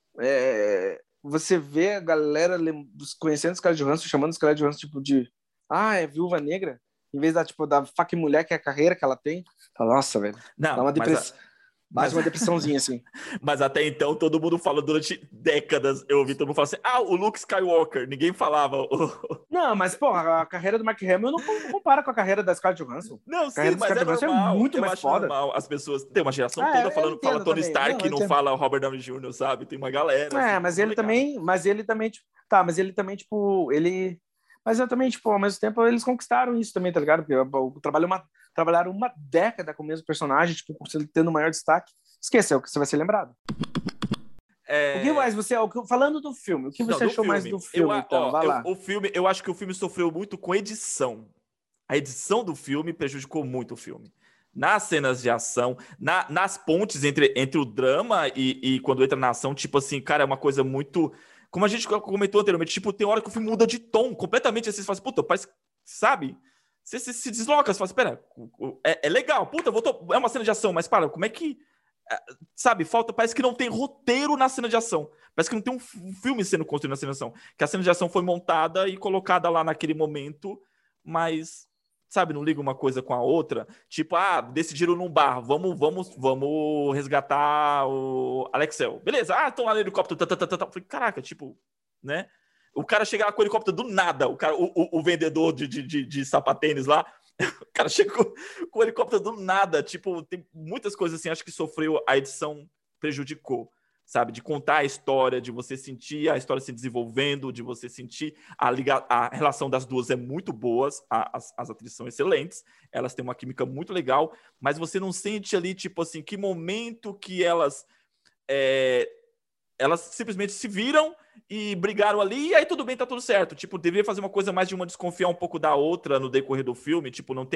você vê a galera conhecendo Scarlett Johansson, chamando Scarlett Johansson tipo de é viúva negra, em vez da tipo da fucking mulher que é a carreira que ela tem. Fala, nossa, velho, dá Não, uma depressão, bate mas, uma depressãozinha assim. mas até então todo mundo fala durante décadas. Eu ouvi todo mundo falar assim: ah, o Luke Skywalker. Ninguém falava. Não, mas porra, a carreira do Mark Hamill não compara com a carreira da Scarlett Johansson. Não, A carreira sim, da mas é Scarlett Johansson é normal. muito Eu mais acho foda. normal as pessoas. Tem uma geração toda Eu fala entendo Tony também. Não, Stark eu e não entendo. fala Robert Downey Jr., sabe? Tem uma galera, assim, Mas muito legal. ele também, tipo, tá, mas ele também, tipo, ele. Mas eu também, tipo, ao mesmo tempo, eles conquistaram isso também, tá ligado? Porque trabalharam uma década com o mesmo personagem, tipo, tendo maior destaque. Esqueceu que você vai ser lembrado. O que É... mais você. Falando do filme, o que Não, você do achou mais do filme. Eu, filme, então? Vai lá. o filme, eu acho que o filme sofreu muito com edição. A edição do filme prejudicou muito o filme. Nas cenas de ação, nas pontes entre o drama e quando entra na ação, tipo assim, cara, é uma coisa muito. Como a gente comentou anteriormente, tipo, tem hora que o filme muda de tom completamente. Assim, você fala assim, puta, parece. Sabe? Você se desloca, você fala assim, pera, é legal, puta, é uma cena de ação, mas para, como é que. Sabe, falta, parece que não tem roteiro na cena de ação. Parece que não tem um filme sendo construído na cena de ação. Que a cena de ação foi montada e colocada lá naquele momento, mas, sabe, não liga uma coisa com a outra. Tipo, decidiram num bar, vamos resgatar o Alexel. Beleza, estão lá no helicóptero. Falei, caraca, tipo, né? O cara chega lá com o helicóptero do nada. O vendedor de sapatênis lá, o cara chegou com o helicóptero do nada. Tipo, tem muitas coisas assim, acho que sofreu, a edição prejudicou, sabe? De contar a história, de você sentir a história se desenvolvendo, de você sentir a relação das duas é muito boas, as atrizes são excelentes, elas têm uma química muito legal, mas você não sente ali, tipo assim, que momento que elas simplesmente se viram e brigaram ali, e aí tudo bem, tá tudo certo. Tipo, deveria fazer uma coisa mais de uma desconfiar um pouco da outra no decorrer do filme, tipo, não ter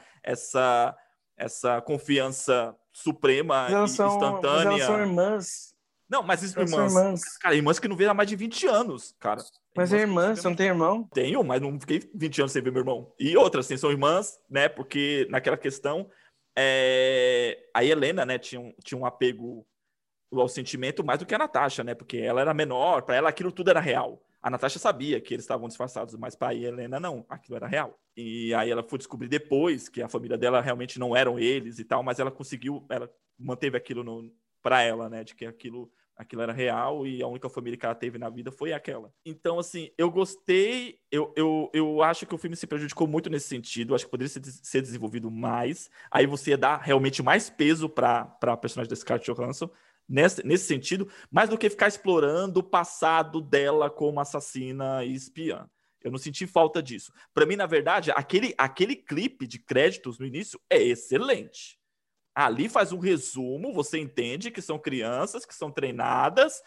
essa confiança suprema e Mas elas são instantânea. irmãs. Não, mas Elas são irmãs, irmãs. cara, irmãs que não veem há mais de 20 anos, cara. Mas é Irmãs que não se irmã, vê há você não mais de tem 20 anos. irmão? Tenho, mas não fiquei 20 anos sem ver meu irmão. E outras, assim, são irmãs, né? Porque naquela questão, a Helena, né, tinha um apego ao sentimento mais do que a Natasha, né? Porque ela era menor, para ela aquilo tudo era real. A Natasha sabia que eles estavam disfarçados, mas para a Helena não, aquilo era real. E aí ela foi descobrir depois que a família dela realmente não eram eles e tal, mas ela manteve aquilo para ela, né? De que aquilo Aquilo era real e a única família que ela teve na vida foi aquela. Então, assim, eu gostei. Eu acho que o filme se prejudicou muito nesse sentido. Eu acho que poderia ser desenvolvido mais. Aí você ia dar realmente mais peso para a personagem da Scarlett Johansson nesse sentido, mais do que ficar explorando o passado dela como assassina e espiã. Eu não senti falta disso. Para mim, na verdade, aquele clipe de créditos no início é excelente. Ali faz um resumo, você entende que são crianças que são treinadas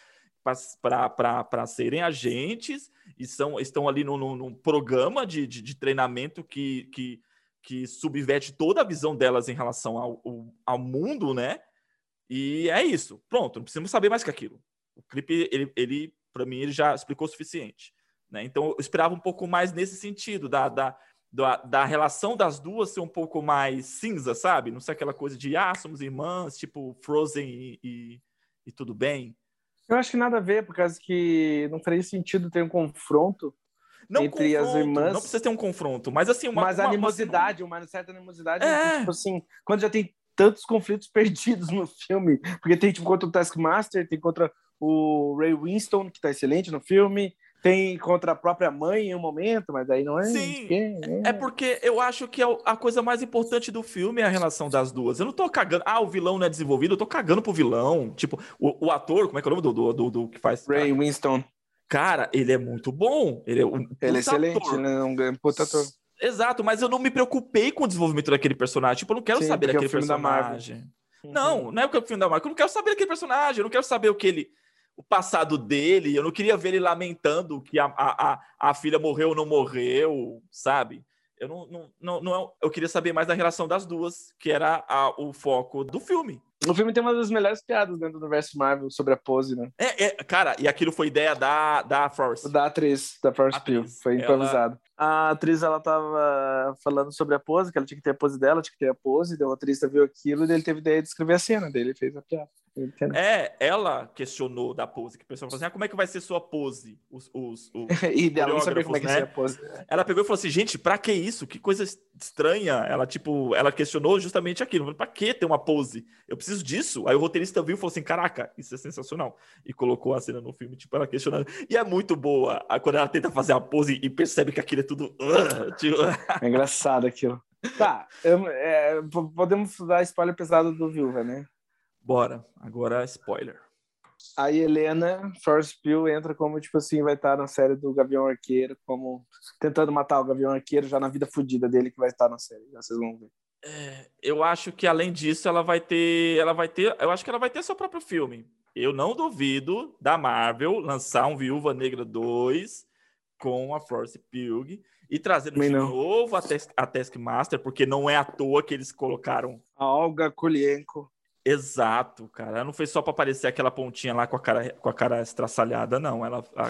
para serem agentes e estão ali num programa de treinamento que subverte toda a visão delas em relação ao mundo, né? E é isso. Pronto, não precisamos saber mais que aquilo. O clipe, ele para mim, ele já explicou o suficiente. Né? Então, eu esperava um pouco mais nesse sentido, da relação das duas ser um pouco mais cinza, sabe? Não ser aquela coisa de, somos irmãs, tipo Frozen e tudo bem. Eu acho que nada a ver, por causa que não faria sentido ter um confronto entre as irmãs. Não precisa ter um confronto, mas assim... Mas a animosidade, uma certa animosidade, tipo assim, quando já tem tantos conflitos perdidos no filme, porque tem tipo contra o Taskmaster, tem contra o Ray Winstone, que tá excelente no filme, tem contra a própria mãe em um momento, mas aí não é. Sim, é porque eu acho que a coisa mais importante do filme é a relação das duas. Eu não tô cagando. O vilão não é desenvolvido, eu tô cagando pro vilão. Tipo, o ator, como é que é o nome do que faz? Ray Winstone. Cara, ele é muito bom. Ele é excelente, ator. Ele é um puta ator. Exato, mas eu não me preocupei com o desenvolvimento daquele personagem. Tipo, eu não quero saber daquele personagem. Não é o filme da Marvel. Eu não quero saber daquele personagem. Eu não quero saber o passado dele. Eu não queria ver ele lamentando que a filha morreu ou não morreu, sabe? Eu queria saber mais da relação das duas, que era o foco do filme. O filme tem uma das melhores piadas dentro do universo Marvel sobre a pose, né? Cara, e aquilo foi ideia da Florence. Da atriz, da Florence Pugh. Foi improvisado. A atriz, ela tava falando sobre a pose, que ela tinha que ter a pose dela, tinha que ter a pose, daí o atriz viu aquilo e ele teve ideia de escrever a cena dele, fez a piada. Ela questionou da pose, que o pessoal falou assim, como é que vai ser sua pose? E ela não sabia como é que ia ser a pose. Ela pegou e falou assim, gente, pra que isso? Que coisa estranha. Ela questionou justamente aquilo. Pra que ter uma pose? Eu preciso disso. Aí o roteirista viu e falou assim, caraca, isso é sensacional. E colocou a cena no filme, tipo, ela questionando. E é muito boa quando ela tenta fazer a pose e percebe que aquilo é tudo... É engraçado aquilo. Tá, podemos dar spoiler pesado do Viúva, né? Bora, agora spoiler. A Helena Florence Pugh entra como, tipo assim, vai estar na série do Gavião Arqueiro, como tentando matar o Gavião Arqueiro, já na vida fodida dele, que vai estar na série, já vocês vão ver. Eu acho que, além disso, eu acho que ela vai ter seu próprio filme. Eu não duvido da Marvel lançar um Viúva Negra 2 com a Florence Pugh e trazendo de novo a Taskmaster, porque não é à toa que eles colocaram a Olga Kulienko. Exato, cara. Ela não fez só para aparecer aquela pontinha lá com a cara estraçalhada, não.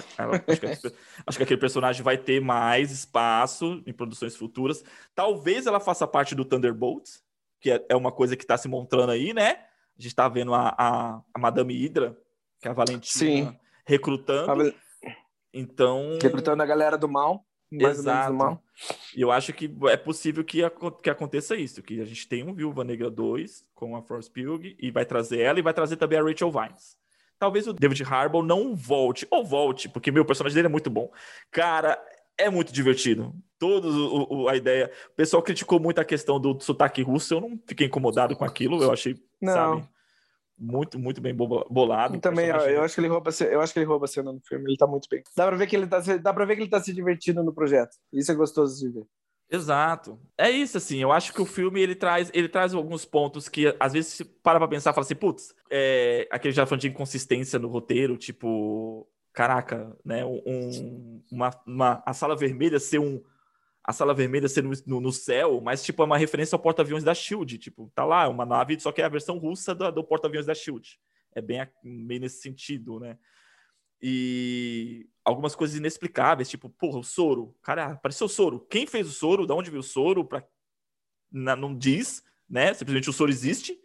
Acho que aquele personagem vai ter mais espaço em produções futuras. Talvez ela faça parte do Thunderbolts, que é uma coisa que está se mostrando aí, né? A gente está vendo a Madame Hydra, que é a Valentina, recrutando. Então... recrutando a galera do mal. Exato. E eu acho que é possível que aconteça isso, que a gente tenha um Viúva Negra 2 com a Florence Pugh e vai trazer ela e vai trazer também a Rachel Weisz. Talvez o David Harbour não volte, porque o personagem dele é muito bom. Cara, é muito divertido. A ideia... O pessoal criticou muito a questão do sotaque russo, eu não fiquei incomodado com aquilo, eu achei, sabe... Muito, muito bem bolado. Também, eu acho que ele rouba a cena no filme, ele tá muito bem. Dá pra ver que ele tá se divertindo no projeto. Isso é gostoso de ver. Exato. É isso, assim, eu acho que o filme, ele traz alguns pontos que, às vezes, você para pra pensar e fala assim, putz, aquele já falando de inconsistência no roteiro, tipo, caraca, né, a Sala Vermelha ser a Sala Vermelha ser no céu, mas, tipo, é uma referência ao porta-aviões da S.H.I.E.L.D., tipo, tá lá, é uma nave, só que é a versão russa do porta-aviões da S.H.I.E.L.D. É meio nesse sentido, né? E algumas coisas inexplicáveis, tipo, porra, o soro. Cara, apareceu o soro. Quem fez o soro? De onde veio o soro? Não diz, né? Simplesmente o soro existe.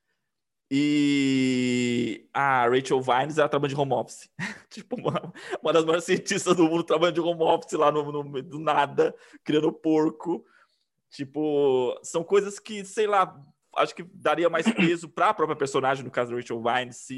E a Rachel Weisz, ela trabalha de home office. Tipo, uma das maiores cientistas do mundo trabalhando de home office lá do nada, criando porco. Tipo, são coisas que, sei lá, acho que daria mais peso para a própria personagem, no caso da Rachel Weisz, se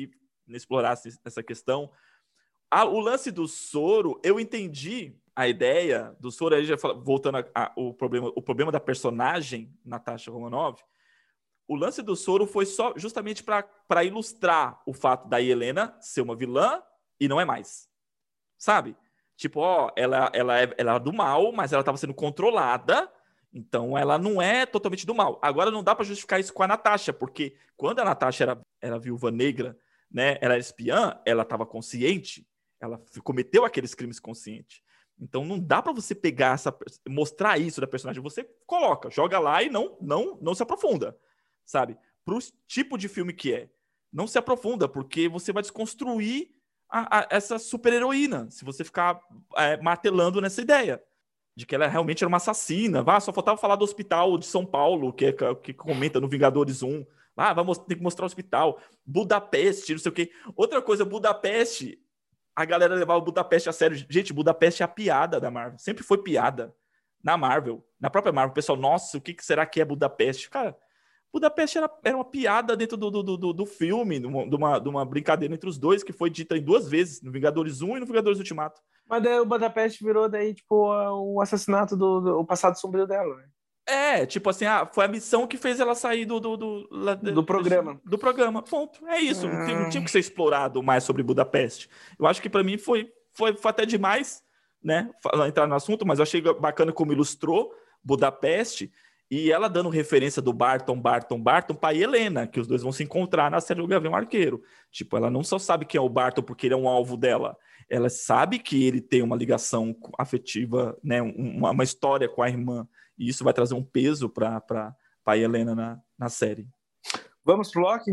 explorasse essa questão. O lance do soro, eu entendi a ideia do soro, aí já voltando o problema da personagem Natasha Romanoff. O lance do soro foi só justamente para ilustrar o fato da Helena ser uma vilã e não é mais. Sabe? Tipo, ela é do mal, mas ela estava sendo controlada, então ela não é totalmente do mal. Agora não dá para justificar isso com a Natasha, porque quando a Natasha era viúva negra, né, ela era espiã, ela estava consciente, ela cometeu aqueles crimes conscientes. Então não dá para você pegar mostrar isso da personagem. Você coloca, joga lá e não se aprofunda, sabe? Pro tipo de filme que é. Não se aprofunda, porque você vai desconstruir essa super-heroína, se você ficar martelando nessa ideia de que ela realmente era uma assassina. Só faltava falar do hospital de São Paulo, que comenta no Vingadores 1. Tem que mostrar o hospital. Budapeste, não sei o quê. Outra coisa, Budapeste, a galera levava o Budapeste a sério. Gente, Budapeste é a piada da Marvel. Sempre foi piada. Na Marvel, na própria Marvel, o pessoal, nossa, o que será que é Budapeste? Cara, Budapeste era uma piada dentro do filme, de uma brincadeira entre os dois, que foi dita em 2 vezes, no Vingadores 1 e no Vingadores Ultimato. Mas daí o Budapeste virou daí, tipo, o assassinato o passado sombrio dela, né? Tipo assim, foi a missão que fez ela sair do programa. Do programa. Ponto. É isso. Não tinha que ser explorado mais sobre Budapeste. Eu acho que para mim foi até demais, né? Entrar no assunto, mas eu achei bacana como ilustrou Budapeste. E ela dando referência do Barton para Helena, que os dois vão se encontrar na série do Gavião Arqueiro. Tipo, ela não só sabe quem é o Barton porque ele é um alvo dela. Ela sabe que ele tem uma ligação afetiva, né? Uma história com a irmã. E isso vai trazer um peso para Helena na série. Vamos pro Loki?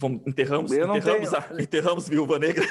Enterramos Viúva Negra.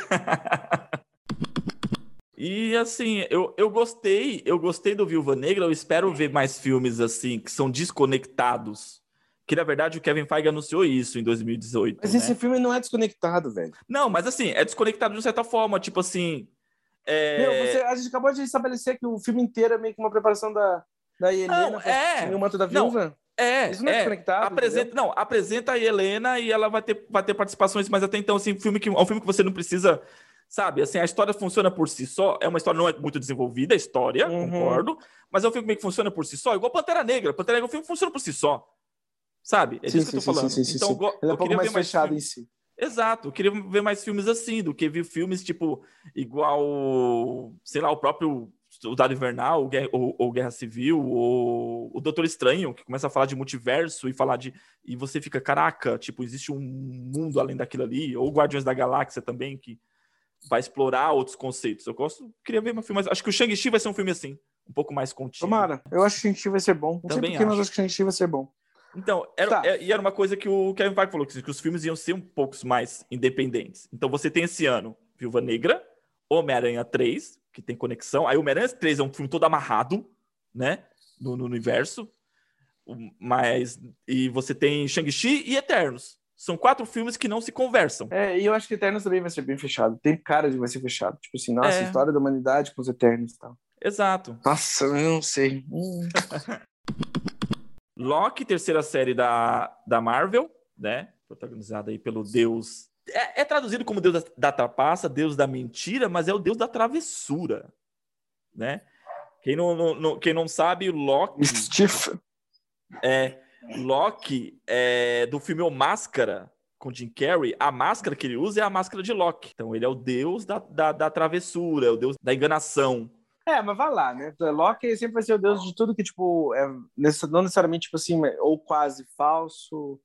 E assim, eu gostei do Viúva Negra, eu espero ver mais filmes assim, que são desconectados. Que na verdade o Kevin Feige anunciou isso em 2018. Mas esse filme não é desconectado, velho. Não, mas assim, é desconectado de certa forma, tipo assim. A gente acabou de estabelecer que o filme inteiro é meio que uma preparação da Helena para o manto da viúva. Isso não é desconectado. Apresenta a Helena e ela vai ter participações, mas até então, assim, é um filme que você não precisa. Sabe, assim, a história funciona por si só. É uma história não é muito desenvolvida, a história, concordo. Mas é um filme que funciona por si só, igual Pantera Negra. Pantera Negra é um filme que funciona por si só. Sabe? É disso que eu tô falando. Então, ele é um pouco mais fechado em si. Exato. Eu queria ver mais filmes assim, do que ver filmes, tipo, igual, sei lá, o próprio Soldado Invernal, ou Guerra Civil, ou o Doutor Estranho, que começa a falar de multiverso e você fica, caraca, tipo, existe um mundo além daquilo ali. Ou Guardiões da Galáxia também, que vai explorar outros conceitos. Queria ver um filme, mas acho que o Shang-Chi vai ser um filme assim, um pouco mais contínuo. Tomara, eu acho que o Shang-Chi vai ser bom. Também acho. Mas acho que o Shang-Chi vai ser bom. Então, era uma coisa que o Kevin Feige falou, que os filmes iam ser um pouco mais independentes. Então você tem esse ano Viúva Negra, Homem-Aranha 3, que tem conexão. Aí Homem-Aranha 3 é um filme todo amarrado, né, no universo. E você tem Shang-Chi e Eternos. São 4 filmes que não se conversam. E eu acho que Eternos também vai ser bem fechado. Tem cara de vai ser fechado. Tipo assim, nossa, a história da humanidade com os Eternos e tal. Exato. Nossa, eu não sei. Loki, terceira série da Marvel, né? Protagonizada aí pelo Deus... É traduzido como Deus da trapaça, Deus da mentira, mas é o Deus da travessura, né? Quem não sabe, Loki... Loki é do filme O Máscara, com Jim Carrey. A máscara que ele usa é a máscara de Loki. Então ele é o deus da travessura, é o deus da enganação. Mas vai lá, né? Loki sempre vai ser o deus de tudo que, tipo, não necessariamente, tipo assim, ou quase falso,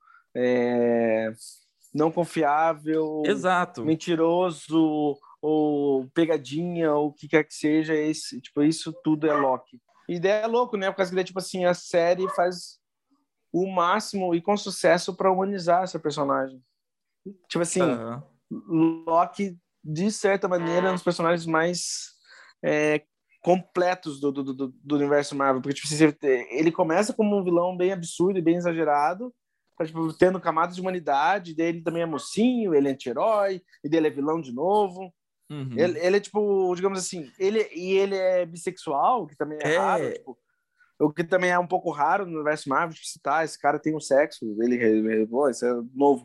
não confiável, exato, mentiroso, ou pegadinha, ou o que quer que seja, isso tudo é Loki. E ideia é louco, né? Por causa que, tipo assim, a série faz o máximo e com sucesso para humanizar essa personagem. Tipo assim, Loki, de certa maneira, é um dos personagens mais completos do universo Marvel, porque tipo, ele começa como um vilão bem absurdo e bem exagerado, tipo, tendo camadas de humanidade, dele também é mocinho, ele é anti-herói, e dele é vilão de novo. Uhum. Ele é tipo, digamos assim, ele é bissexual, que também é raro, tipo, o que também é um pouco raro no universo Marvel, tipo, esse cara tem um sexo, isso é novo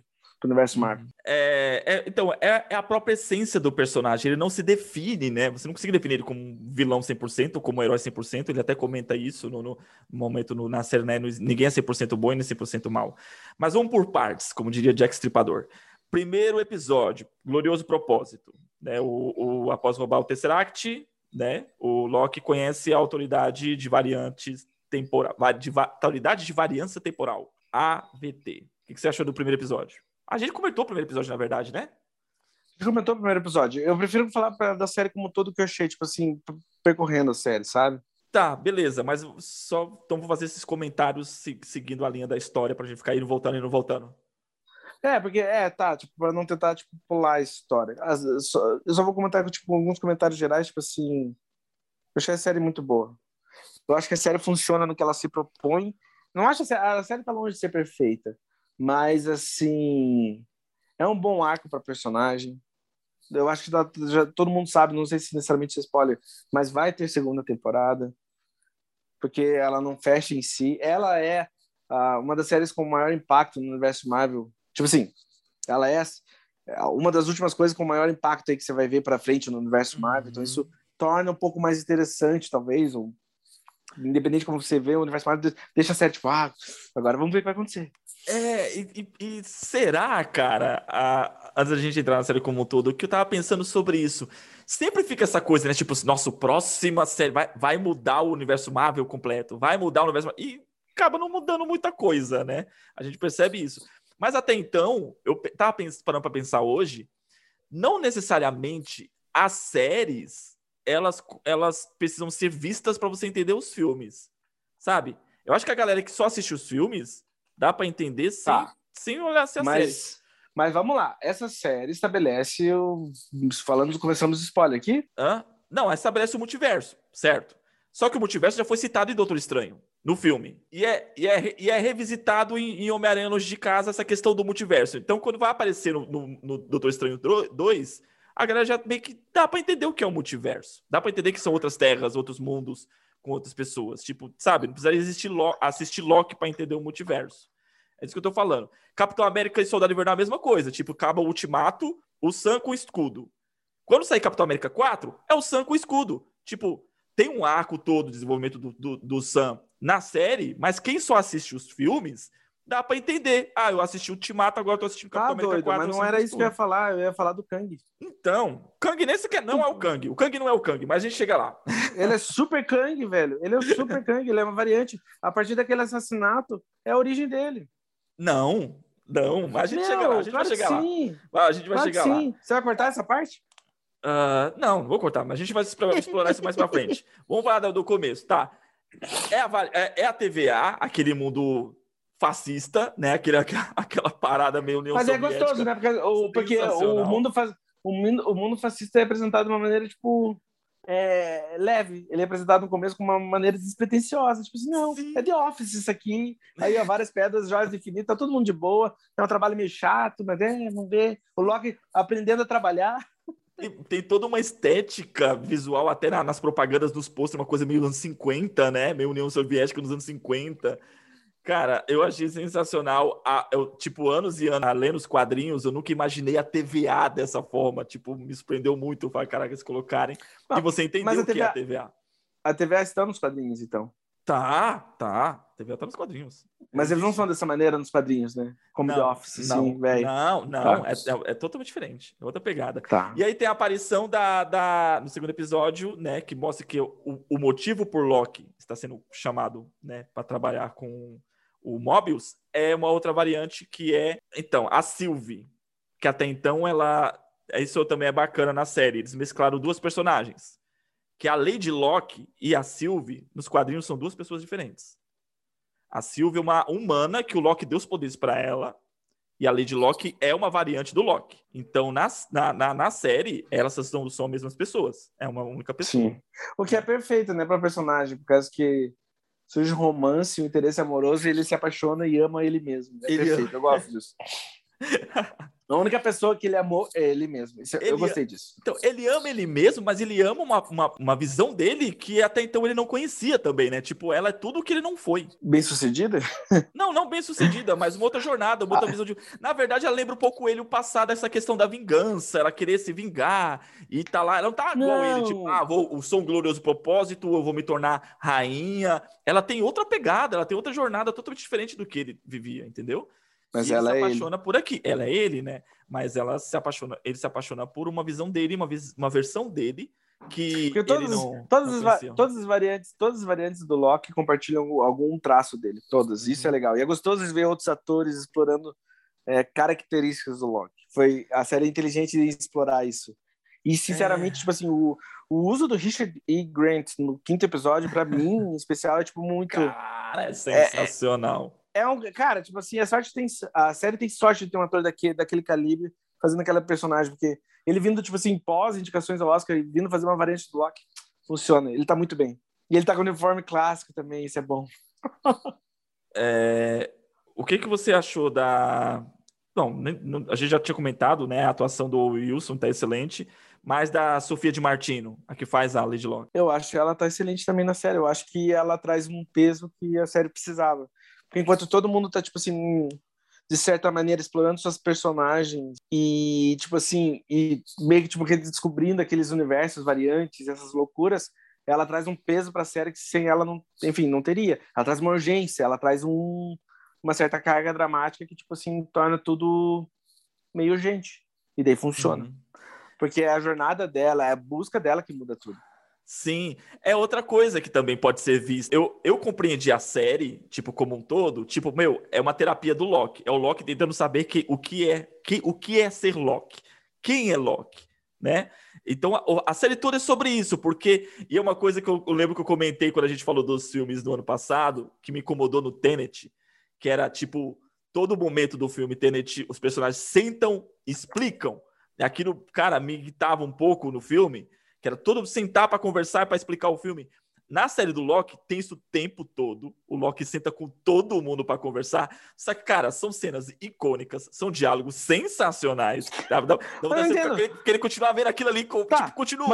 pro universo Marvel. Então, é a própria essência do personagem. Ele não se define, né? Você não consegue definir ele como um vilão 100% ou como um herói 100%. Ele até comenta isso no momento na série, né? Ninguém é 100% bom e nem 100% mal. Mas vamos por partes, como diria Jack Stripador. Primeiro episódio, Glorioso Propósito. Né? Após roubar o Tesseract, né? O Loki conhece a autoridade de variantes temporal, autoridade de variância temporal, AVT. O que você achou do primeiro episódio? A gente comentou o primeiro episódio, na verdade, né? A gente comentou o primeiro episódio. Eu prefiro falar da série como um todo, que eu achei, tipo assim, percorrendo a série, sabe? Tá, beleza, mas só então vou fazer esses comentários seguindo a linha da história pra gente ficar indo voltando e não voltando. Porque, tipo, pra não tentar, tipo, pular a história. Eu só vou comentar, tipo, alguns comentários gerais, tipo assim, eu achei a série muito boa. Eu acho que a série funciona no que ela se propõe. Não acho a série tá longe de ser perfeita, mas, assim, é um bom arco pra personagem. Eu acho que já todo mundo sabe, não sei se necessariamente é spoiler, mas vai ter segunda temporada, porque ela não fecha em si. Ela é uma das séries com maior impacto no universo Marvel. Tipo assim, ela é uma das últimas coisas com maior impacto aí que você vai ver pra frente no universo Marvel. Então isso torna um pouco mais interessante, talvez, ou independente de como você vê, o universo Marvel deixa a série, tipo, agora vamos ver o que vai acontecer. E será, cara, antes da gente entrar na série como um todo, que eu tava pensando sobre isso. Sempre fica essa coisa, né? Tipo, nossa, próxima série vai mudar o universo Marvel completo, vai mudar o universo Marvel. E acaba não mudando muita coisa, né? A gente percebe isso. Mas até então, eu tava parando pra pensar hoje, não necessariamente as séries, elas precisam ser vistas pra você entender os filmes, sabe? Eu acho que a galera que só assiste os filmes dá pra entender sem olhar se a série. Mas vamos lá, essa série estabelece, começamos o spoiler aqui? Não, estabelece o multiverso, certo? Só que o multiverso já foi citado em Doutor Estranho, no filme. E é revisitado em Homem-Aranha Longe de Casa essa questão do multiverso. Então, quando vai aparecer no Doutor Estranho 2, a galera já meio que dá pra entender o que é o multiverso. Dá pra entender que são outras terras, outros mundos com outras pessoas. Tipo, sabe? Não precisaria assistir Loki pra entender o multiverso. É isso que eu tô falando. Capitão América e Soldado Invernal é a mesma coisa. Tipo, acaba o Ultimato, o Sam com o escudo. Quando sair Capitão América 4, é o Sam com o escudo. Tipo, tem um arco todo de desenvolvimento do Sam na série, mas quem só assiste os filmes, dá pra entender. Eu assisti o Ultimato, agora eu tô assistindo Capitão América 4. Mas não era isso que eu ia falar do Kang. Então, Kang nem sequer não é o Kang. O Kang não é o Kang, mas a gente chega lá. Ele é super Kang, velho. Ele é o super Kang, ele é uma variante. A partir daquele assassinato, é a origem dele. Não, mas a gente chega lá. A gente vai chegar lá. A gente vai chegar lá. Você vai cortar essa parte? Não vou cortar, mas a gente vai explorar isso mais pra frente. Vamos falar do começo, tá? É a TVA, aquele mundo fascista, né? Aquela parada meio União Soviética. Mas é gostoso, né? Porque o mundo fascista é apresentado de uma maneira, tipo, leve. Ele é apresentado no começo com uma maneira despretensiosa. Tipo assim, não, sim, é The Office isso aqui. Aí, várias pedras, joias do infinito, tá todo mundo de boa. É um trabalho meio chato, mas vamos ver. O Loki aprendendo a trabalhar. Tem toda uma estética visual, até nas propagandas dos posters, uma coisa meio anos 50, né? Meio União Soviética nos anos 50. Cara, eu achei sensacional. Tipo, anos e anos lendo os quadrinhos, eu nunca imaginei a TVA dessa forma. Tipo, me surpreendeu muito. Caraca, eles colocarem. E você entendeu o que é a TVA. A TVA está nos quadrinhos, então. Tá. A TVA tá nos quadrinhos. Mas eles não são dessa maneira nos quadrinhos, né? Como The Office, sim, velho. Não. É totalmente diferente. É outra pegada. Tá. E aí tem a aparição no segundo episódio, né? Que mostra que o motivo por Loki está sendo chamado, né? Para trabalhar com o Mobius é uma outra variante que é... Então, a Sylvie. Que até então ela... Isso também é bacana na série. Eles mesclaram duas personagens. Que a Lady Locke e a Sylvie, nos quadrinhos, são duas pessoas diferentes. A Sylvie é uma humana que o Loki deu os poderes para ela. E a Lady Locke é uma variante do Loki. Então, na série, elas são as mesmas pessoas. É uma única pessoa. Sim. O que é perfeito, né, para personagem, por causa que surge um romance, um interesse amoroso, e ele se apaixona e ama ele mesmo. É perfeito, eu gosto disso. A única pessoa que ele amou é ele mesmo. Eu gostei disso. Então, ele ama ele mesmo, mas ele ama uma visão dele que até então ele não conhecia também, né? Tipo, ela é tudo que ele não foi. Bem-sucedida? Não bem sucedida, mas uma outra jornada, uma outra visão de. Na verdade, ela lembra um pouco ele o passado, essa questão da vingança, ela querer se vingar e tá lá. Ela não tá igual ele, tipo, sou um glorioso propósito, eu vou me tornar rainha. Ela tem outra pegada, ela tem outra jornada totalmente diferente do que ele vivia, entendeu? Mas e ele ela se é apaixona por aqui. Ela é ele, né? Mas ele se apaixona por uma visão dele, uma versão dele que porque ele não conhecia. todas as variantes do Loki compartilham algum traço dele, todas. Isso é legal. E é gostoso ver outros atores explorando características do Loki. A série é inteligente em explorar isso. E, sinceramente, tipo assim, o uso do Richard E. Grant no 5º episódio, pra mim, em especial, é tipo muito... Cara, é sensacional. Cara, tipo assim, a série tem sorte de ter um ator daquele calibre fazendo aquela personagem, porque ele vindo, tipo assim, pós-indicações ao Oscar e vindo fazer uma variante do Loki, funciona. Ele tá muito bem. E ele tá com o uniforme clássico também, isso é bom. O que você achou da... Não, a gente já tinha comentado, né? A atuação do Wilson tá excelente, mas da Sofia Di Martino, a que faz a Lady Locke. Eu acho que ela tá excelente também na série. Eu acho que ela traz um peso que a série precisava. Porque enquanto todo mundo tá, tipo assim, de certa maneira, explorando suas personagens e, tipo assim, e meio que, tipo, descobrindo aqueles universos variantes, essas loucuras, ela traz um peso pra série que sem ela, não, enfim, não teria. Ela traz uma urgência, ela traz uma certa carga dramática que, tipo assim, torna tudo meio urgente. E daí funciona. Porque é a jornada dela, é a busca dela que muda tudo. Sim, é outra coisa que também pode ser vista. Eu compreendi a série, tipo, como um todo, tipo, é uma terapia do Loki. É o Loki tentando saber o que é ser Loki. Quem é Loki, né? Então, a série toda é sobre isso, porque... E é uma coisa que eu lembro que eu comentei quando a gente falou dos filmes do ano passado, que me incomodou no Tenet, que era, tipo, todo momento do filme Tenet, os personagens sentam, explicam. Aquilo, cara, me irritava um pouco no filme, que era todo sentar para conversar, para explicar o filme. Na série do Loki, tem isso o tempo todo. O Loki senta com todo mundo para conversar. Só que, cara, são cenas icônicas, são diálogos sensacionais. Dá querer continuar vendo aquilo ali. Tá, tipo, continua.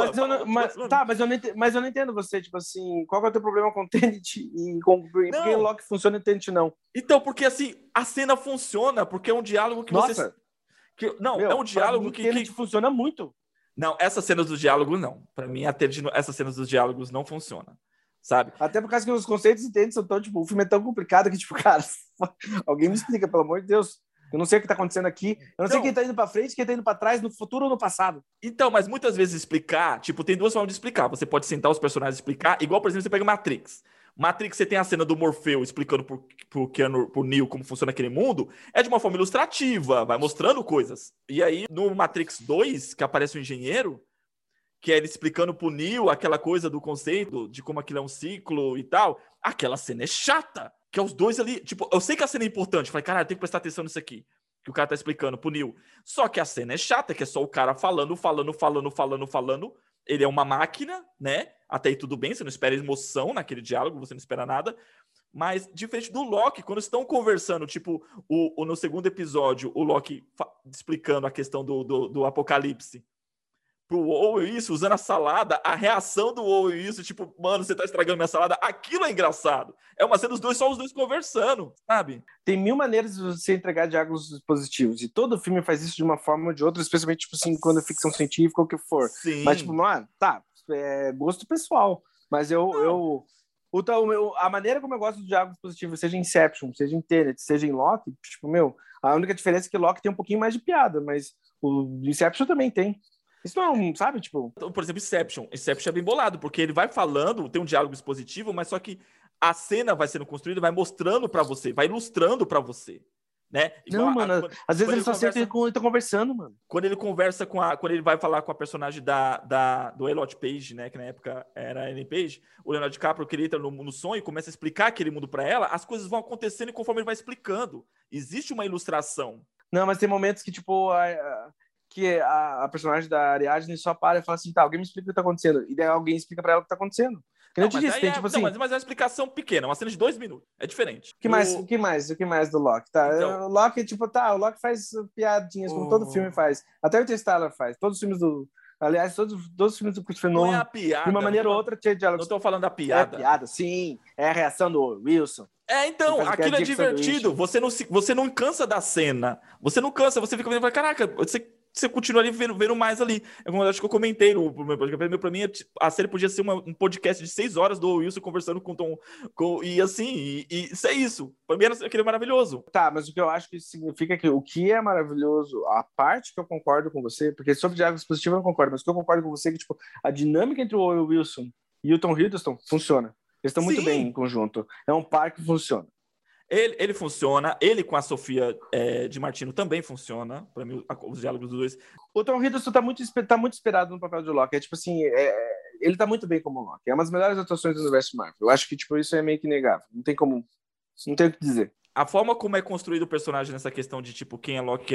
Mas eu não entendo você. Tipo assim, qual é o teu problema com o Tenet e por que o Loki funciona e o Tenet não? Então, porque assim, a cena funciona, porque é um diálogo que você... é um diálogo que... Tenet funciona muito. Não, essas cenas dos diálogos não. Pra mim, essas cenas dos diálogos não funcionam, sabe? Até por causa que os conceitos entendem são tão, tipo, o filme é tão complicado que, tipo, cara, alguém me explica, pelo amor de Deus. Eu não sei o que tá acontecendo aqui. Eu não sei quem tá indo pra frente, quem tá indo pra trás, no futuro ou no passado. Então, mas muitas vezes explicar, tipo, tem duas formas de explicar. Você pode sentar os personagens e explicar, igual, por exemplo, você pega Matrix. Matrix, você tem a cena do Morfeu explicando pro Neo como funciona aquele mundo, é de uma forma ilustrativa, vai mostrando coisas. E aí, no Matrix 2, que aparece o engenheiro, que é ele explicando pro Neo aquela coisa do conceito, de como aquilo é um ciclo e tal, aquela cena é chata, que é os dois ali, tipo, eu sei que a cena é importante, eu falei, caralho, tem que prestar atenção nisso aqui, que o cara tá explicando pro Neo. Só que a cena é chata, que é só o cara falando, ele é uma máquina, né? Até aí tudo bem, você não espera emoção naquele diálogo, você não espera nada. Mas, diferente do Loki, quando estão conversando, tipo, no segundo episódio, o Loki explicando a questão do apocalipse pro Owen, isso, usando a salada, a reação do Owen, isso, tipo, mano, você tá estragando minha salada, aquilo é engraçado. É uma cena só os dois conversando, sabe? Tem 1000 maneiras de você entregar diálogos positivos, e todo filme faz isso de uma forma ou de outra, especialmente, tipo assim, quando é ficção científica ou o que for. Sim. Mas, tipo, mano, tá, é gosto pessoal, mas a maneira como eu gosto de diálogos positivos, seja em Inception, seja em Tenet, seja em Loki, tipo, a única diferença é que Loki tem um pouquinho mais de piada, mas o Inception também tem. Isso não, sabe, tipo... Por exemplo, Inception é bem bolado, porque ele vai falando, tem um diálogo expositivo, mas só que a cena vai sendo construída, vai mostrando pra você, vai ilustrando pra você, né? Não, mano, às vezes ele só senta e tá conversando, mano. Quando ele conversa quando ele vai falar com a personagem do Elliot Page, né, que na época era a Ellen Page, o Leonardo DiCaprio, que ele entra no sonho e começa a explicar aquele mundo pra ela, as coisas vão acontecendo conforme ele vai explicando. Existe uma ilustração. Não, mas tem momentos que, tipo, a personagem da Ariadne só para e fala assim, tá, alguém me explica o que tá acontecendo. E daí alguém explica pra ela o que tá acontecendo. Que nem eu te disse, tem tipo assim... Não, mas é uma explicação pequena, uma cena de 2 minutos. É diferente. O que mais do Loki? Tá, Então, o Loki, o Loki faz piadinhas, como todo filme faz. Até o Interstellar faz. Todos os filmes do... Aliás, todos os filmes do Christopher não é Nolan, a piada. de uma maneira ou outra, tinha diálogos. Não tô falando da É piada. piada, sim. É a reação do Wilson. Então, aquilo é divertido. Você não cansa da cena. Você não cansa, você fica vendo e fala, caraca, você continua ali vendo mais ali. Eu acho que eu comentei no meu podcast. Pra mim, a série podia ser um podcast de 6 horas do Wilson conversando com o Tom. E assim, isso é isso. Pra mim, aquilo é maravilhoso. Tá, mas o que eu acho que isso significa que o que é maravilhoso, a parte que eu concordo com você, porque sobre diálogos positivos eu não concordo, mas o que eu concordo com você é que, tipo, a dinâmica entre o Owen Wilson e o Tom Hiddleston funciona. Eles estão muito bem em conjunto. É um par que funciona. Ele funciona, ele com a Sofia de Martino também funciona, pra mim, os diálogos dos dois. O Tom Hiddleston tá muito esperado no papel de Loki. É tipo assim, ele tá muito bem como Loki. É uma das melhores atuações do universo Marvel. Eu acho que tipo, isso é meio que negável. Não tem o que dizer. A forma como é construído o personagem nessa questão de tipo, quem é Loki,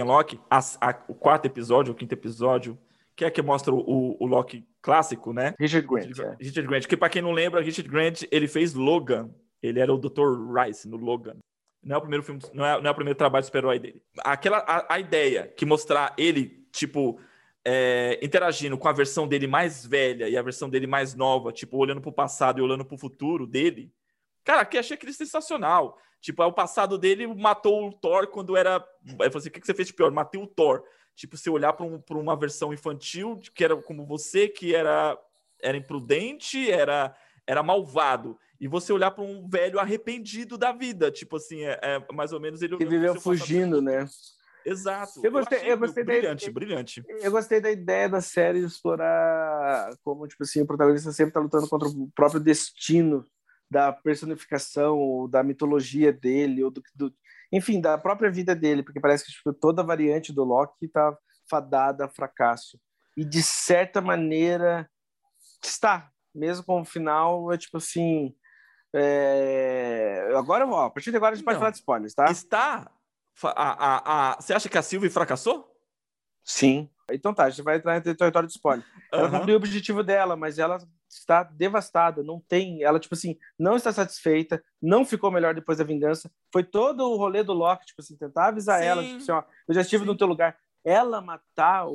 o 4º episódio, o 5º episódio, que mostra o Loki clássico, né? Richard Grant. Richard Grant, que pra quem não lembra, Richard Grant, ele fez Logan. Ele era o Dr. Rice no Logan. Não é o primeiro filme, não é o primeiro trabalho de super-herói dele. A ideia que mostrar ele, tipo, interagindo com a versão dele mais velha e a versão dele mais nova, tipo, olhando pro passado e olhando pro futuro dele. Cara, achei aquilo sensacional. Tipo, o passado dele matou o Thor quando era... Eu falei assim, o que você fez de pior? Matei o Thor. Tipo, você olhar para uma versão infantil, que era como você, que era imprudente, era malvado. E você olhar para um velho arrependido da vida. Tipo assim, mais ou menos ele... Que viveu fugindo, né? Exato. Eu gostei brilhante. Eu gostei da ideia da série explorar como, tipo assim, o protagonista sempre tá lutando contra o próprio destino da personificação, ou da mitologia dele, ou enfim, da própria vida dele, porque parece que tipo, toda a variante do Loki tá fadada a fracasso. E, de certa maneira, está. Mesmo com o final, é tipo assim... Agora, a partir de agora a gente pode falar de spoilers, tá? Está... Você acha que a Sylvie fracassou? Sim. Então tá, a gente vai entrar em território de spoiler. Ela cumpriu o objetivo dela, mas ela está devastada, não tem... Ela, tipo assim, não está satisfeita, não ficou melhor depois da vingança. Foi todo o rolê do Loki, tipo assim, tentar avisar ela, tipo assim, ó, eu já estive no teu lugar. Ela matar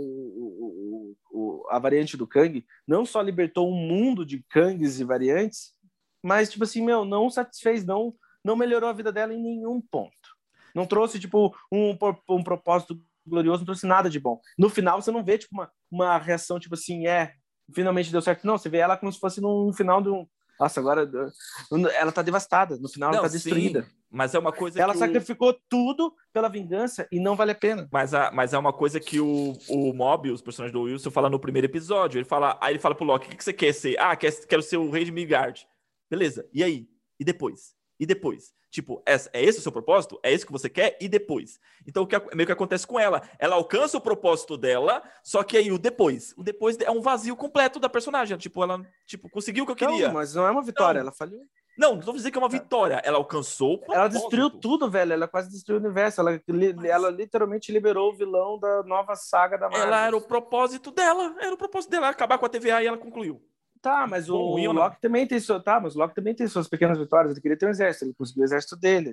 a variante do Kang não só libertou um mundo de Kangs e variantes, mas, tipo assim, não satisfez, não melhorou a vida dela em nenhum ponto. Não trouxe, tipo, um propósito glorioso, não trouxe nada de bom. No final, você não vê, tipo, uma reação, tipo assim, finalmente deu certo. Não, você vê ela como se fosse no final de um... Nossa, agora ela tá devastada. No final, ela tá destruída. Sim, mas é uma coisa ela sacrificou tudo pela vingança e não vale a pena. Mas é uma coisa que o Mobius, o personagem do Wilson, fala no primeiro episódio. Aí ele fala pro Loki, o que você quer ser? Quero ser o rei de Midgard. Beleza, e aí? E depois? E depois? Tipo, é esse o seu propósito? É isso que você quer? E depois? Então, meio que acontece com ela. Ela alcança o propósito dela, só que aí o depois é um vazio completo da personagem. Tipo, ela conseguiu o que eu queria. Não, mas não é uma vitória, ela falhou. Não vou dizer que é uma vitória. Ela alcançou o propósito. Ela destruiu tudo, velho. Ela quase destruiu o universo. Ela literalmente liberou o vilão da nova saga da Marvel. Era o propósito dela. Acabar com a TVA e ela concluiu. Tá, mas o Loki também tem suas pequenas vitórias. Ele queria ter um exército, ele conseguiu o exército dele.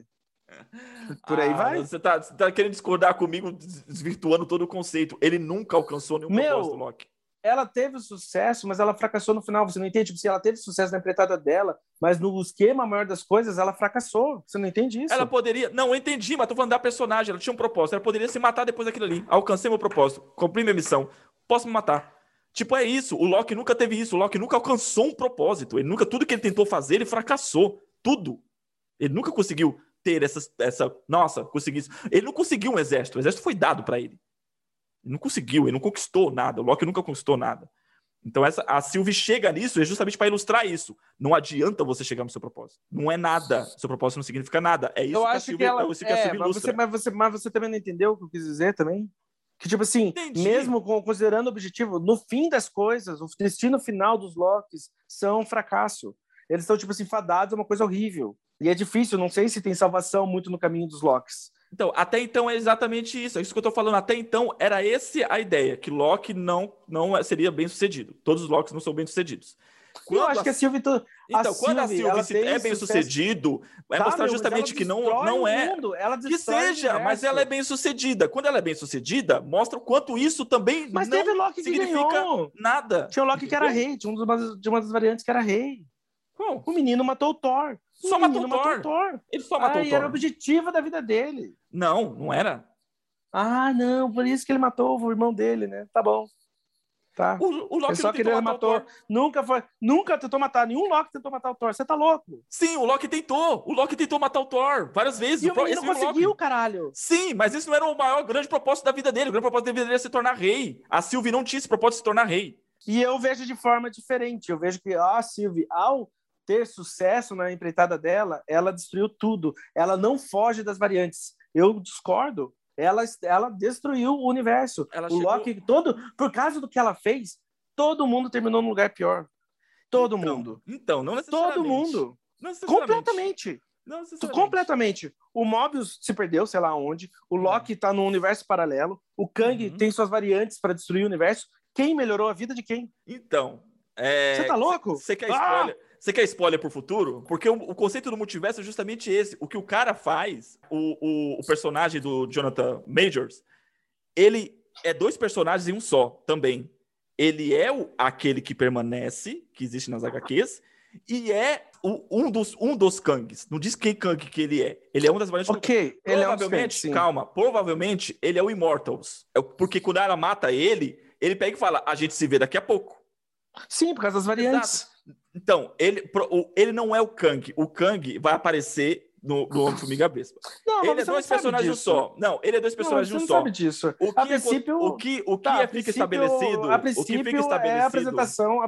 Por aí vai. Você tá querendo discordar comigo, desvirtuando todo o conceito. Ele nunca alcançou nenhum propósito, Loki. Ela teve sucesso, mas ela fracassou no final. Você não entende? Tipo, se ela teve sucesso na empreitada dela, mas no esquema maior das coisas, ela fracassou. Você não entende isso? Ela poderia... Não, eu entendi, mas tô falando da personagem. Ela tinha um propósito. Ela poderia se matar depois daquilo ali. Alcancei meu propósito. Cumpri minha missão. Posso me matar. Tipo, é isso. O Loki nunca teve isso. O Loki nunca alcançou um propósito. Tudo que ele tentou fazer, ele fracassou. Tudo. Ele nunca conseguiu ter nossa, consegui isso. Ele não conseguiu um exército. O exército foi dado pra ele. Ele não conseguiu, ele não conquistou nada. O Loki nunca conquistou nada. Então a Sylvie chega nisso justamente para ilustrar isso. Não adianta você chegar no seu propósito. Não é nada. Seu propósito não significa nada. É isso que a Sylvie ilustra. Mas você também não entendeu o que eu quis dizer também? Que, tipo assim, Entendi. Mesmo considerando o objetivo, no fim das coisas, o destino final dos Lokis são um fracasso. Eles estão, tipo assim, fadados a uma coisa horrível. E é difícil, não sei se tem salvação muito no caminho dos Lokis. Então, até então é exatamente isso. É isso que eu tô falando. Até então era essa a ideia, que Loki não seria bem sucedido. Todos os Lokis não são bem sucedidos. Eu acho que a Sylvie... Então, quando a ela Sylvie é bem sucedido, vai mostrar justamente que não é. Que seja, mas ela é bem sucedida. Quando ela é bem sucedida, mostra o quanto isso também mas não teve Loki significa nada. Tinha o Loki que era rei, tinha uma das variantes que era rei. Bom, o menino matou o Thor. Só matou o Thor. Ele só matou o Thor. Era o objetivo da vida dele. Não era. Não, por isso que ele matou o irmão dele, né? Tá bom. Tá. O Loki só que ele matou. Nunca tentou matar. Nenhum Loki tentou matar o Thor. Você tá louco? Sim, o Loki tentou. O Loki tentou matar o Thor várias vezes. E o menino conseguiu, caralho. Sim, mas isso não era o maior grande propósito da vida dele. O grande propósito da vida dele era se tornar rei. A Sylvie não tinha esse propósito de se tornar rei. E eu vejo de forma diferente. Eu vejo que a Sylvie, ao ter sucesso na empreitada dela, ela destruiu tudo. Ela não foge das variantes. Eu discordo. Ela destruiu o universo. Loki, por causa do que ela fez, todo mundo terminou num lugar pior. Todo mundo. Então, não necessariamente. Todo mundo. Não necessariamente. Completamente. Não necessariamente. Completamente. O Mobius se perdeu, sei lá onde. O Loki tá num universo paralelo. O Kang tem suas variantes para destruir o universo. Quem melhorou a vida de quem? Então, você tá louco? Você quer spoiler? Você quer spoiler pro futuro? Porque o conceito do multiverso é justamente esse. O que o cara faz, o personagem do Jonathan Majors, ele é dois personagens em um só também. Ele é aquele que permanece, que existe nas HQs, e é um dos Kangs. Não diz quem Kang que ele é. Ele é uma das variantes Ok, ele é um dos Kangs, sim. Calma, provavelmente ele é o Immortals. Porque quando ela mata ele pega e fala, a gente se vê daqui a pouco. Sim, por causa das variantes. Exato. Então, ele não é o Kang. O Kang vai aparecer no Homem-Formiga Vespa. Ele é dois personagens só. Não, ele é dois personagens um só. Você não sabe disso. A princípio... O que fica estabelecido... A princípio é a apresentação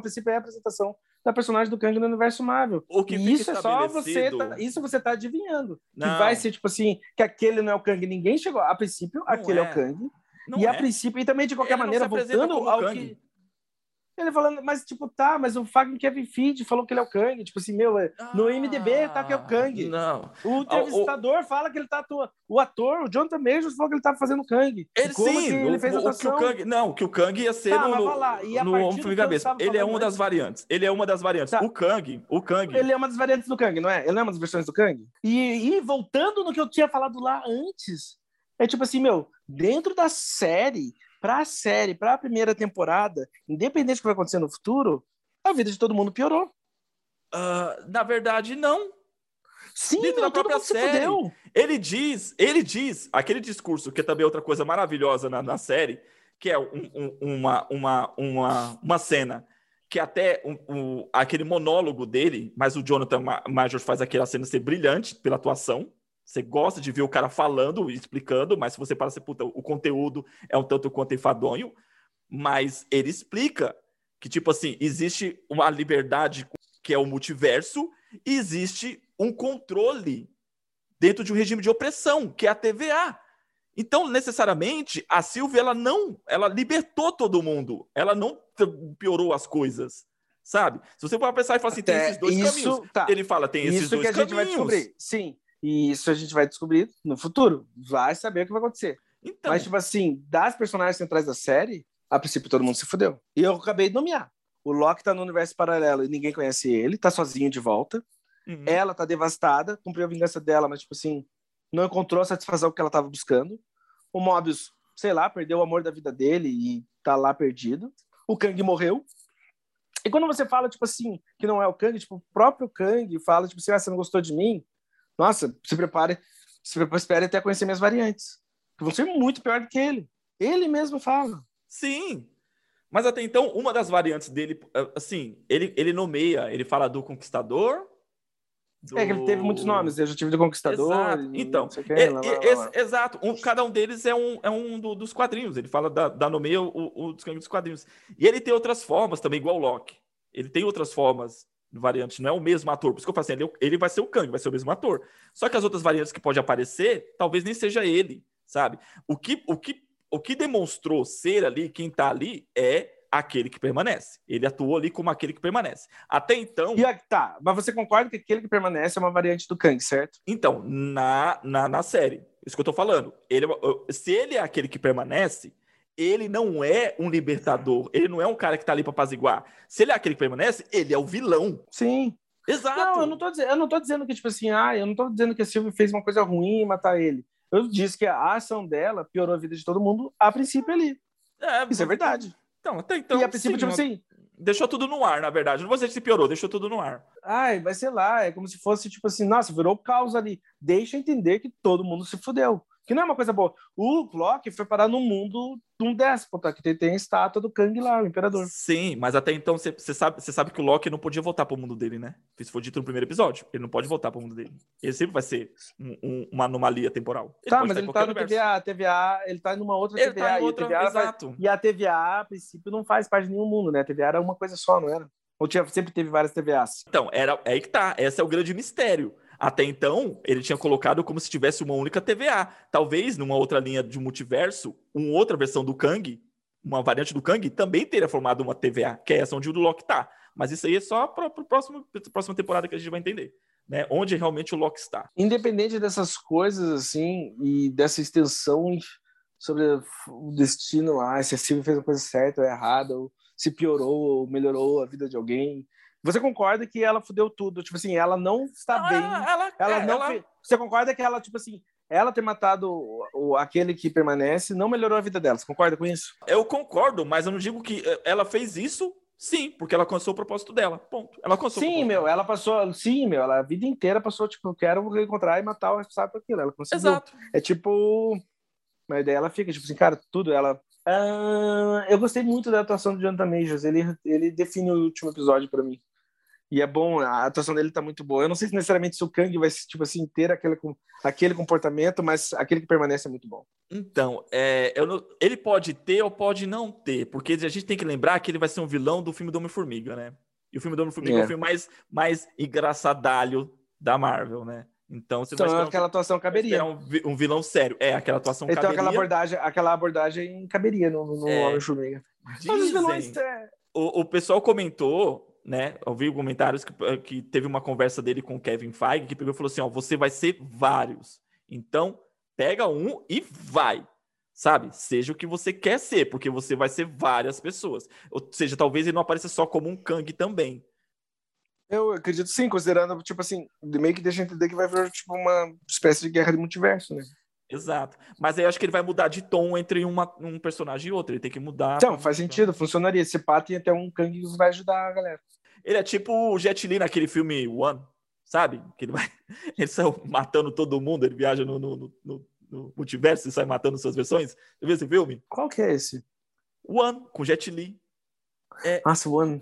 da personagem do Kang no universo Marvel. Isso é só você tá adivinhando. Não. Que vai ser, tipo assim, que aquele não é o Kang. Ninguém chegou... A princípio, aquele é o Kang. A princípio... E também, de qualquer maneira, voltando ao Kang. Ele falando, mas tipo, mas o fucking Kevin Feige falou que ele é o Kang. Tipo assim, no IMDb tá que é o Kang. Não. O entrevistador fala que ele tá atuando. O ator, o Jonathan Majors, falou que ele tá fazendo Kang. Ele fez a atuação. Que o Kang ia ser no Homem-Formiga Vespa. Ele é uma das variantes. Tá. O Kang. Ele é uma das variantes do Kang, não é? Ele não é uma das versões do Kang? E voltando no que eu tinha falado lá antes, é tipo assim, dentro da série... Pra primeira temporada, independente do que vai acontecer no futuro, a vida de todo mundo piorou. Na verdade, não. Sim, dentro da própria série. Ele diz, aquele discurso, que é também outra coisa maravilhosa na série, que é uma cena que até aquele monólogo dele, mas o Jonathan Majors faz aquela cena ser brilhante pela atuação. Você gosta de ver o cara falando, explicando, mas se você para ser o conteúdo é um tanto quanto enfadonho, mas ele explica que, tipo assim, existe uma liberdade que é o multiverso e existe um controle dentro de um regime de opressão, que é a TVA. Então, necessariamente, a Sylvie, ela libertou todo mundo, ela não piorou as coisas, sabe? Se você for pensar e falar assim, tem esses dois caminhos. Ele fala, tem esses dois caminhos. Isso que a gente vai descobrir, sim. E isso a gente vai descobrir no futuro. Vai saber o que vai acontecer. Então... Mas, tipo assim, das personagens centrais da série, a princípio todo mundo se fudeu. E eu acabei de nomear. O Loki tá no universo paralelo e ninguém conhece ele, tá sozinho de volta. Uhum. Ela tá devastada, cumpriu a vingança dela, mas, tipo assim, não encontrou a satisfação que ela tava buscando. O Mobius, sei lá, perdeu o amor da vida dele e tá lá perdido. O Kang morreu. E quando você fala, tipo assim, que não é o Kang, tipo, o próprio Kang fala, tipo assim, você não gostou de mim? Nossa, espere até conhecer minhas variantes. Que vão ser muito pior do que ele. Ele mesmo fala. Sim. Mas até então, uma das variantes dele, assim, ele nomeia, ele fala do Conquistador. Que ele teve muitos nomes. Eu já tive do Conquistador. Exato. Então, exato. Cada um deles é um dos quadrinhos. Ele fala nomeia dos quadrinhos. E ele tem outras formas também, igual o Loki. Ele tem outras formas variantes, não é o mesmo ator. Por isso que eu falo assim, ele vai ser o Kang, vai ser o mesmo ator. Só que as outras variantes que pode aparecer, talvez nem seja ele, sabe? O que demonstrou ser ali, quem tá ali, é aquele que permanece. Ele atuou ali como aquele que permanece. Até então... Mas você concorda que aquele que permanece é uma variante do Kang, certo? Então, na série, isso que eu tô falando. Se ele é aquele que permanece, ele não é um libertador. Ele não é um cara que tá ali pra apaziguar. Se ele é aquele que permanece, ele é o vilão. Sim. Exato. Não, eu não tô dizendo que, tipo assim, eu não tô dizendo que a Sylvie fez uma coisa ruim em matar ele. Eu disse que a ação dela piorou a vida de todo mundo a princípio ali. Isso é verdade. Então, até então, e a princípio, tipo assim... Deixou tudo no ar, na verdade. Não vou dizer que se piorou, deixou tudo no ar. Vai sei lá, é como se fosse, tipo assim, nossa, virou caos ali. Deixa entender que todo mundo se fudeu. Que não é uma coisa boa. O Loki foi parar no mundo de um déspota, que tem a estátua do Kang lá, o imperador. Sim, mas até então você sabe que o Loki não podia voltar pro mundo dele, né? Isso foi dito no primeiro episódio. Ele não pode voltar pro mundo dele. Ele sempre vai ser uma anomalia temporal. Mas ele tá no TVA, ele tá numa outra ele TVA. Tá em outra, TVA exato. E a TVA, a princípio, não faz parte de nenhum mundo, né? A TVA era uma coisa só, não era? Ou sempre teve várias TVAs? Então, é aí que tá. Esse é o grande mistério. Até então, ele tinha colocado como se tivesse uma única TVA. Talvez, numa outra linha de multiverso, uma outra versão do Kang, uma variante do Kang, também teria formado uma TVA, que é essa onde o Loki tá. Mas isso aí é só para a próxima temporada que a gente vai entender, né? Onde realmente o Loki está. Independente dessas coisas, assim, e dessa extensão sobre o destino, se a Sylvie fez a coisa certa ou errada, ou se piorou ou melhorou a vida de alguém... Você concorda que ela fudeu tudo? Tipo assim, ela não está bem. Você concorda que ela, tipo assim, ela ter matado aquele que permanece não melhorou a vida dela? Você concorda com isso? Eu concordo, mas eu não digo que ela fez isso, sim, porque ela alcançou o propósito dela. Ponto. Ela alcançou ela passou. Sim, ela a vida inteira passou, tipo, eu quero reencontrar e matar o responsável por aquilo. Ela conseguiu. Exato. É tipo. Mas daí ela fica, tipo assim, cara, tudo ela. Eu gostei muito da atuação do Jonathan Majors. Ele define o último episódio pra mim. E é bom, a atuação dele tá muito boa. Eu não sei se necessariamente se o Kang vai, tipo assim, ter aquele comportamento, mas aquele que permanece é muito bom. Então, ele pode ter ou pode não ter, porque a gente tem que lembrar que ele vai ser um vilão do filme do Homem-Formiga, né? E o filme do Homem-Formiga é o filme mais engraçadalho da Marvel, né? Então, você vai esperar aquela atuação caberia. Um vilão sério. Aquela atuação então, caberia. Aquela abordagem caberia no Homem-Formiga. O pessoal comentou, né? Eu vi comentários que teve uma conversa dele com o Kevin Feige, que pegou e falou assim, você vai ser vários. Então, pega um e vai. Sabe? Seja o que você quer ser, porque você vai ser várias pessoas. Ou seja, talvez ele não apareça só como um Kang também. Eu acredito sim, considerando, tipo assim, meio que deixa entender que vai vir tipo uma espécie de guerra de multiverso, né? Exato. Mas aí eu acho que ele vai mudar de tom entre um personagem e outro. Ele tem que mudar. Então, faz sentido, funcionaria. Esse pá tem até um Kang que vai ajudar a galera. Ele é tipo o Jet Li naquele filme One, sabe? Que ele sai matando todo mundo, ele viaja no multiverso e sai matando suas versões. Você viu esse filme? Qual que é esse? One, com Jet Li. Nossa, One.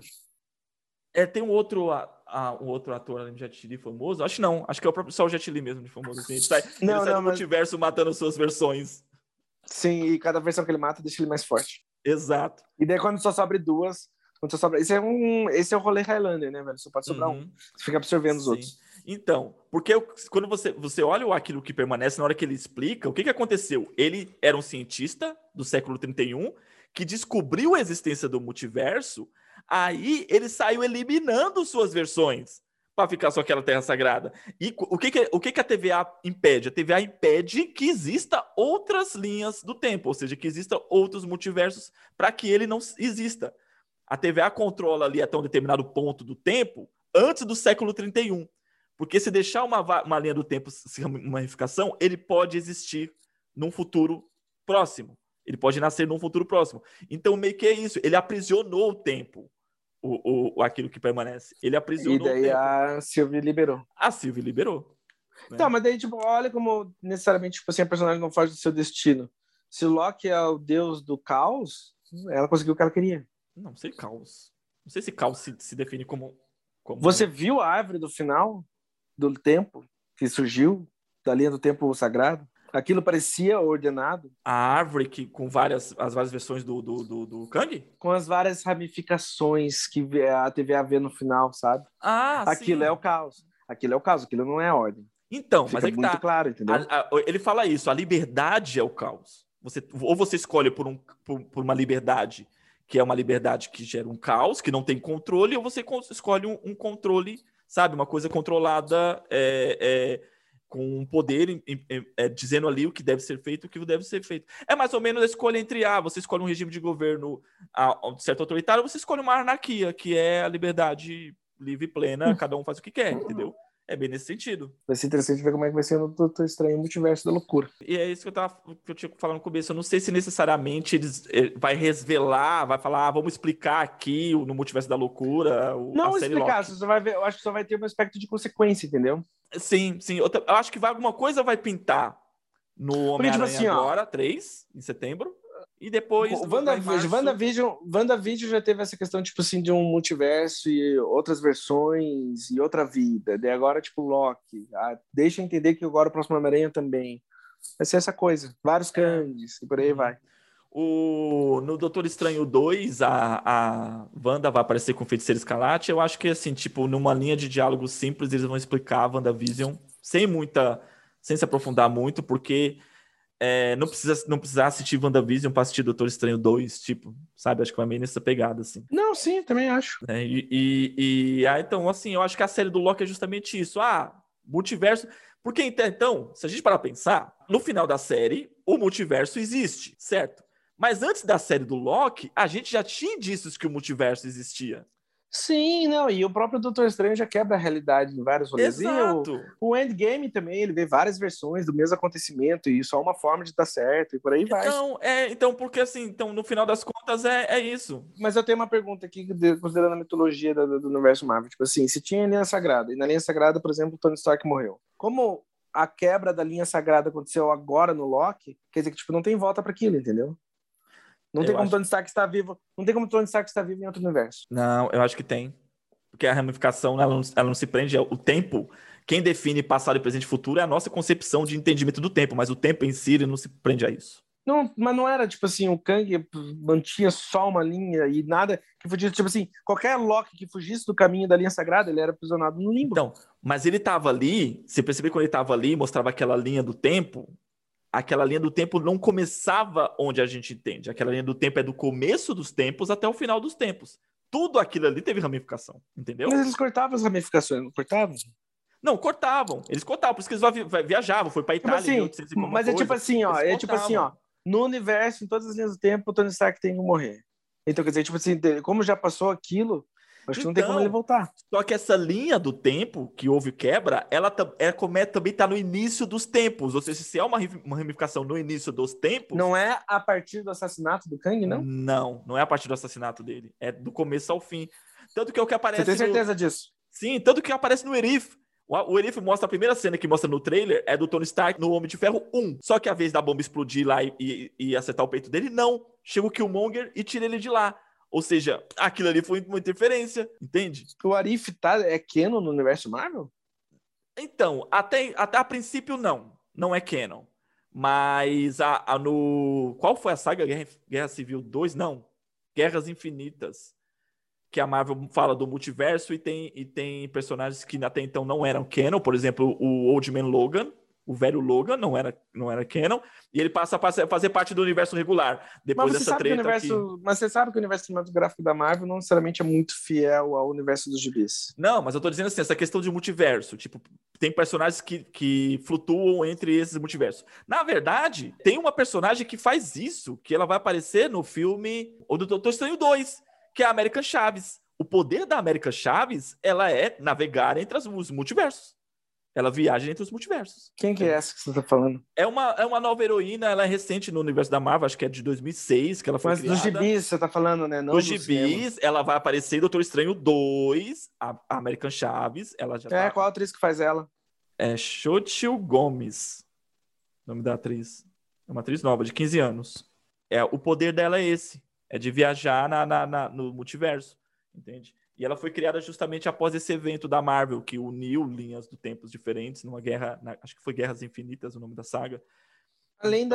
Tem um outro ator ali no Jet Li famoso. Acho que é o próprio só o Jet Li mesmo de famoso. Assim. Ele sai no multiverso matando suas versões. Sim, e cada versão que ele mata deixa ele mais forte. Exato. E daí quando só sobra duas... Esse é o rolê Highlander, né, velho? Só pode sobrar um. Você fica absorvendo os outros. Então, porque quando você olha aquilo que permanece, na hora que ele explica, o que aconteceu? Ele era um cientista do século 31 que descobriu a existência do multiverso, aí ele saiu eliminando suas versões para ficar só aquela Terra Sagrada. E o que a TVA impede? A TVA impede que exista outras linhas do tempo, ou seja, que exista outros multiversos para que ele não exista. A TVA controla ali até um determinado ponto do tempo antes do século 31. Porque se deixar uma linha do tempo, uma ramificação, ele pode existir num futuro próximo. Ele pode nascer num futuro próximo. Então, meio que é isso. Ele aprisionou o tempo, aquilo que permanece. Ele aprisionou o tempo. E daí a Sylvie liberou. A Sylvie liberou. Né? Tá, mas daí, tipo, olha como necessariamente, tipo assim, a personagem não foge do seu destino. Se o Loki é o deus do caos, ela conseguiu o que ela queria. Não sei caos. Não sei se caos se define como... Você viu a árvore do final do tempo que surgiu da linha do tempo sagrado? Aquilo parecia ordenado. A árvore com as várias versões do Kang? Com as várias ramificações que a TVA vê no final, sabe? Aquilo é o caos. Aquilo é o caos, aquilo não é a ordem. Então, fica mas é que muito claro, entendeu? Ele fala isso, a liberdade é o caos. Ou você escolhe por uma liberdade que é uma liberdade que gera um caos, que não tem controle, ou você escolhe um controle, sabe? Uma coisa controlada com um poder dizendo ali o que deve ser feito e o que deve ser feito. É mais ou menos a escolha entre, você escolhe um regime de governo certo autoritário, ou você escolhe uma anarquia, que é a liberdade livre e plena, cada um faz o que quer, entendeu? É bem nesse sentido. Vai ser interessante ver como é que vai ser no Doutor Estranho Multiverso da Loucura. E é isso que eu tinha falado no começo. Eu não sei se necessariamente eles vai revelar, vai falar, vamos explicar aqui no Multiverso da Loucura. Não a série explicar, Loki. você só vai ver, eu acho que só vai ter um aspecto de consequência, entendeu? Sim. Eu acho que alguma coisa vai pintar no Homem-Aranha tipo assim, agora, 3, em setembro. E depois. WandaVision já teve essa questão, tipo assim, de um multiverso e outras versões e outra vida. Daí agora, tipo, Loki. Deixa eu entender que agora o próximo Homem-Aranha também. Vai ser essa coisa. Vários Kangs e por aí vai. No Doutor Estranho 2, a Wanda vai aparecer com o Feiticeiro Escarlate. Eu acho que, assim, tipo, numa linha de diálogo simples, eles vão explicar a WandaVision sem se aprofundar muito, porque não precisa assistir WandaVision pra assistir Doutor Estranho 2, tipo, sabe? Acho que vai meio nessa pegada, assim. Não, sim, também acho. Então, assim, eu acho que a série do Loki é justamente isso. Multiverso. Porque, então, se a gente parar pra pensar, no final da série, o multiverso existe, certo? Mas antes da série do Loki, a gente já tinha indícios que o multiverso existia. Sim, não, e o próprio Doutor Estranho já quebra a realidade em vários rolês. Exato. O Endgame também, ele vê várias versões do mesmo acontecimento e só uma forma de dar certo e por aí vai. Então, porque assim, no final das contas é isso. Mas eu tenho uma pergunta aqui, considerando a mitologia do universo Marvel. Tipo assim, se tinha a linha sagrada, e na linha sagrada, por exemplo, o Tony Stark morreu. Como a quebra da linha sagrada aconteceu agora no Loki, quer dizer que tipo, não tem volta para aquilo, entendeu? Não tem como Tony Stark estar vivo. Não tem como Tony Stark estar vivo em outro universo. Não, eu acho que tem. Porque a ramificação, ela não se prende ao tempo. Quem define passado, presente e futuro é a nossa concepção de entendimento do tempo, mas o tempo em si ele não se prende a isso. Não, mas não era, tipo assim, o Kang mantinha só uma linha e nada que fugisse, tipo assim, qualquer Loki que fugisse do caminho da linha sagrada, ele era aprisionado no limbo. Então, mas ele tava ali, você percebeu quando ele tava ali, mostrava aquela linha do tempo não começava onde a gente entende. Aquela linha do tempo é do começo dos tempos até o final dos tempos. Tudo aquilo ali teve ramificação, entendeu? Mas eles cortavam as ramificações, não cortavam? Não, cortavam. Eles cortavam, por isso que eles viajavam, foi pra Itália tipo assim, em 1800 e alguma mas coisa. É tipo assim, ó, no universo, em todas as linhas do tempo, o Tony Stark tem que morrer. Então, quer dizer, tipo assim, como já passou aquilo, acho que não tem como ele voltar. Só que essa linha do tempo, que houve quebra, ela também está no início dos tempos. Ou seja, se é uma ramificação no início dos tempos... Não é a partir do assassinato do Kang, não? Não é a partir do assassinato dele. É do começo ao fim. Tanto que é o que aparece... Você tem certeza disso? Sim, tanto que aparece no Erif. O Erif mostra a primeira cena que mostra no trailer, é do Tony Stark no Homem de Ferro 1. Só que a vez da bomba explodir lá e acertar o peito dele, não. Chega o Killmonger e tira ele de lá. Ou seja, aquilo ali foi uma interferência, entende? O Arif é canon no universo Marvel? Então, até a princípio não é canon. Mas qual foi a saga? Guerra Civil 2? Não. Guerras Infinitas. Que a Marvel fala do multiverso e tem personagens que até então não eram canon. Por exemplo, o Old Man Logan, o velho Logan, não era canon. E ele passa a fazer parte do universo regular. Depois dessa treta aqui. Mas você sabe que o universo cinematográfico da Marvel não necessariamente é muito fiel ao universo dos gibis. Não, mas eu tô dizendo assim, essa questão de multiverso. Tipo, tem personagens que flutuam entre esses multiversos. Na verdade, tem uma personagem que faz isso, que ela vai aparecer no filme O do Doutor Estranho 2, que é a América Chaves. O poder da América Chaves, ela é navegar entre os multiversos. Ela viaja entre os multiversos. Quem que é essa que você tá falando? É uma nova heroína, ela é recente no universo da Marvel, acho que é de 2006 que ela foi criada. Mas dos gibis você tá falando, né? Não dos gibis, ela vai aparecer em Doutor Estranho 2, a American Chaves, ela já tá... Qual a atriz que faz ela? É Xochitl Gomes, o nome da atriz. É uma atriz nova, de 15 anos. O poder dela é esse, é de viajar no multiverso, entende? E ela foi criada justamente após esse evento da Marvel, que uniu linhas do tempos diferentes numa guerra, acho que foi Guerras Infinitas o nome da saga. Além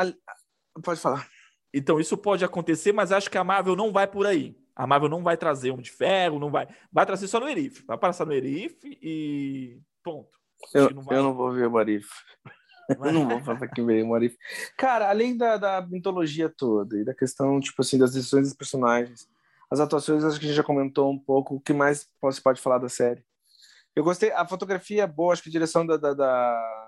Pode falar. Então, isso pode acontecer, mas acho que a Marvel não vai por aí. A Marvel não vai trazer Homem de Ferro, não vai. Vai trazer só no Erif. Vai passar no Erif e ponto. Eu não vou ver o Arif. Eu não vou falar que veio o Arif. Cara, além da mitologia toda e da questão, tipo assim, das decisões dos personagens, as atuações, acho que a gente já comentou um pouco. O que mais você pode falar da série? Eu gostei, a fotografia é boa, acho que a direção da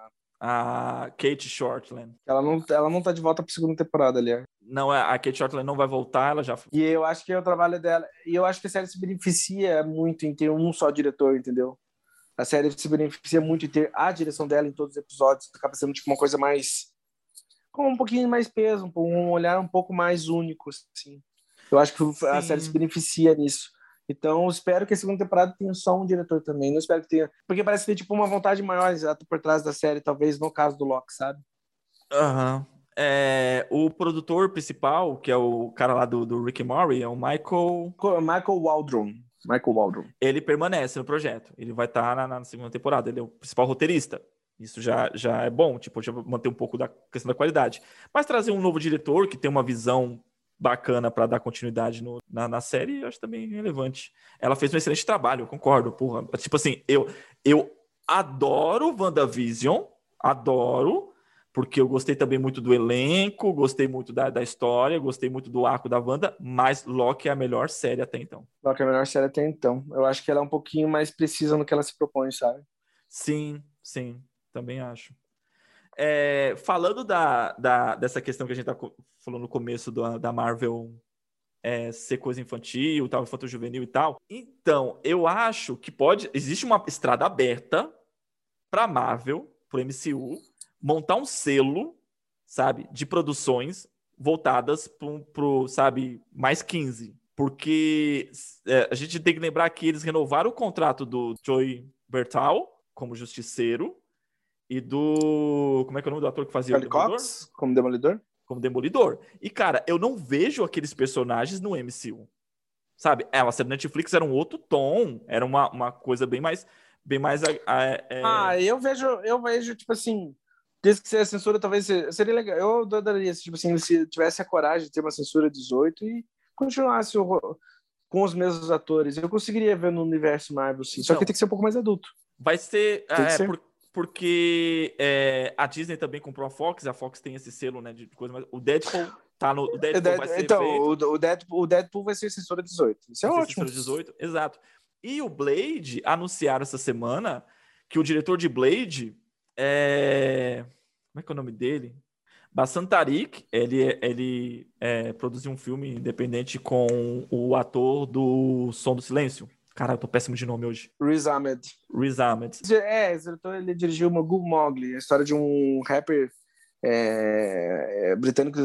A Kate Shortland. Ela não tá de volta pra segunda temporada, aliás. Não, a Kate Shortland não vai voltar, ela já... E eu acho que é o trabalho dela. E eu acho que a série se beneficia muito em ter um só diretor, entendeu? A série se beneficia muito em ter a direção dela em todos os episódios. Acaba sendo tipo uma coisa mais... com um pouquinho mais peso, um olhar um pouco mais único, assim. Eu acho que a série se beneficia nisso. Então, eu espero que a segunda temporada tenha só um diretor também. Não espero que tenha... Porque parece que tem tipo uma vontade maior por trás da série, talvez no caso do Loki, sabe? Aham. O produtor principal, que é o cara lá do Rick and Morty, é o Michael Waldron. Ele permanece no projeto. Ele vai estar na segunda temporada. Ele é o principal roteirista. Isso já é bom, tipo, já manter um pouco da questão da qualidade. Mas trazer um novo diretor que tem uma visão bacana para dar continuidade na série, eu acho também relevante. Ela fez um excelente trabalho, eu concordo. Porra. Tipo assim, eu adoro WandaVision, adoro, porque eu gostei também muito do elenco, gostei muito da história, gostei muito do arco da Wanda, mas Loki é a melhor série até então. Loki é a melhor série até então. Eu acho que ela é um pouquinho mais precisa no que ela se propõe, sabe? Sim, também acho. Falando dessa questão que a gente tá falando no começo da Marvel ser coisa infantil, tal, infanto-juvenil e tal. Então, eu acho que existe uma estrada aberta para Marvel, pro MCU, montar um selo, sabe, de produções voltadas pro, sabe, mais 15. Porque a gente tem que lembrar que eles renovaram o contrato do Joey Bertal como Justiceiro e do... Como é que é o nome do ator que fazia Charlie o Demolidor? Cox, como Demolidor? Como Demolidor. E, cara, eu não vejo aqueles personagens no MCU. Sabe? A série da Netflix era um outro tom, era uma coisa bem mais... Eu vejo, tipo assim, desde que a censura talvez seria legal. Eu adoraria, tipo assim, se tivesse a coragem de ter uma censura 18 e continuasse com os mesmos atores. Eu conseguiria ver no universo Marvel, sim. Só que tem que ser um pouco mais adulto. Vai ser... Tem que ser. Porque a Disney também comprou a Fox tem esse selo, né, de coisa mais... O Deadpool tá no... O Deadpool vai ser então, feito. o Deadpool vai ser censura 18. Isso é ótimo. Censura 18, exato. E o Blade anunciaram essa semana que o diretor de Blade como é que é o nome dele? Bassam Tariq, ele produziu um filme independente com o ator do Som do Silêncio. Cara, eu tô péssimo de nome hoje. Riz Ahmed. Esse diretor, ele dirigiu Magoo Mowgli, a história de um rapper britânico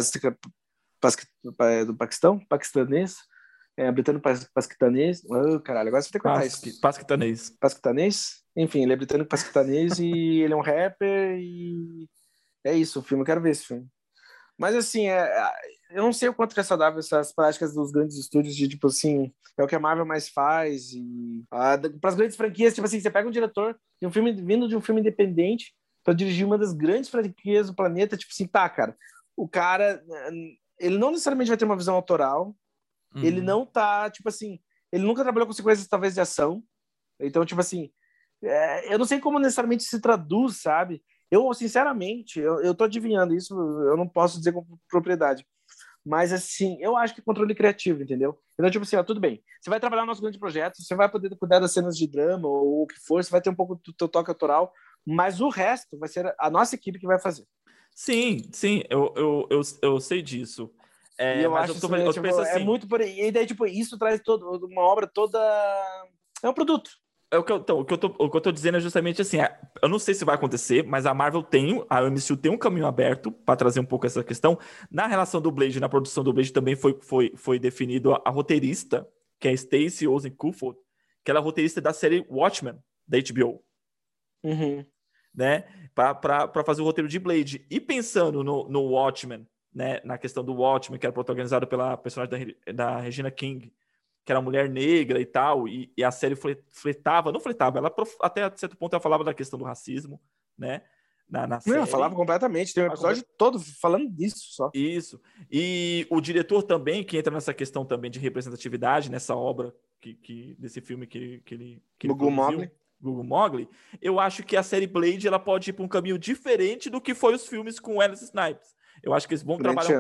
do paquistanês. Britânico-paquistanês. Oh, caralho, agora você tem que contar isso. Paquistanês. Enfim, ele é britânico-paquistanês e ele é um rapper e é isso o filme. Eu quero ver esse filme. Mas assim, eu não sei o quanto que é saudável essas práticas dos grandes estúdios de tipo assim, é o que a Marvel mais faz e para as grandes franquias, tipo assim, você pega um diretor de um filme vindo de um filme independente para dirigir uma das grandes franquias do planeta, tipo assim, tá, cara, o cara ele não necessariamente vai ter uma visão autoral. Ele não tá, tipo assim, ele nunca trabalhou com sequências talvez de ação. Então, tipo assim, eu não sei como necessariamente se traduz, sabe? Eu, sinceramente, eu tô adivinhando isso, eu não posso dizer com propriedade. Mas, assim, eu acho que é controle criativo, entendeu? Então, tipo assim, tudo bem. Você vai trabalhar no nosso grande projeto, você vai poder cuidar das cenas de drama ou o que for, você vai ter um pouco do teu toque autoral, mas o resto vai ser a nossa equipe que vai fazer. Sim, eu sei disso. E eu mas acho eu tipo, penso assim, muito por aí. E daí, tipo, isso traz uma obra toda. É um produto. o que eu tô dizendo é justamente assim, eu não sei se vai acontecer, mas a MCU tem um caminho aberto para trazer um pouco essa questão. Na relação do Blade, na produção do Blade também foi definido a roteirista, que é Stacey Ozen Kuffold, que ela é roteirista da série Watchmen, da HBO. Uhum. Né? Para fazer o roteiro de Blade. E pensando no Watchmen, né? Na questão do Watchmen, que era protagonizado pela personagem da Regina King, que era mulher negra e tal, e a série não fletava, ela até certo ponto ela falava da questão do racismo, né? Na série. Não, falava completamente, tem um episódio todo falando disso só. Isso. E o diretor também, que entra nessa questão também de representatividade, nessa obra, desse filme que ele produziu, Magoo Mowgli, eu acho que a série Blade ela pode ir para um caminho diferente do que foi os filmes com Wesley Snipes. Eu acho que eles vão trabalhar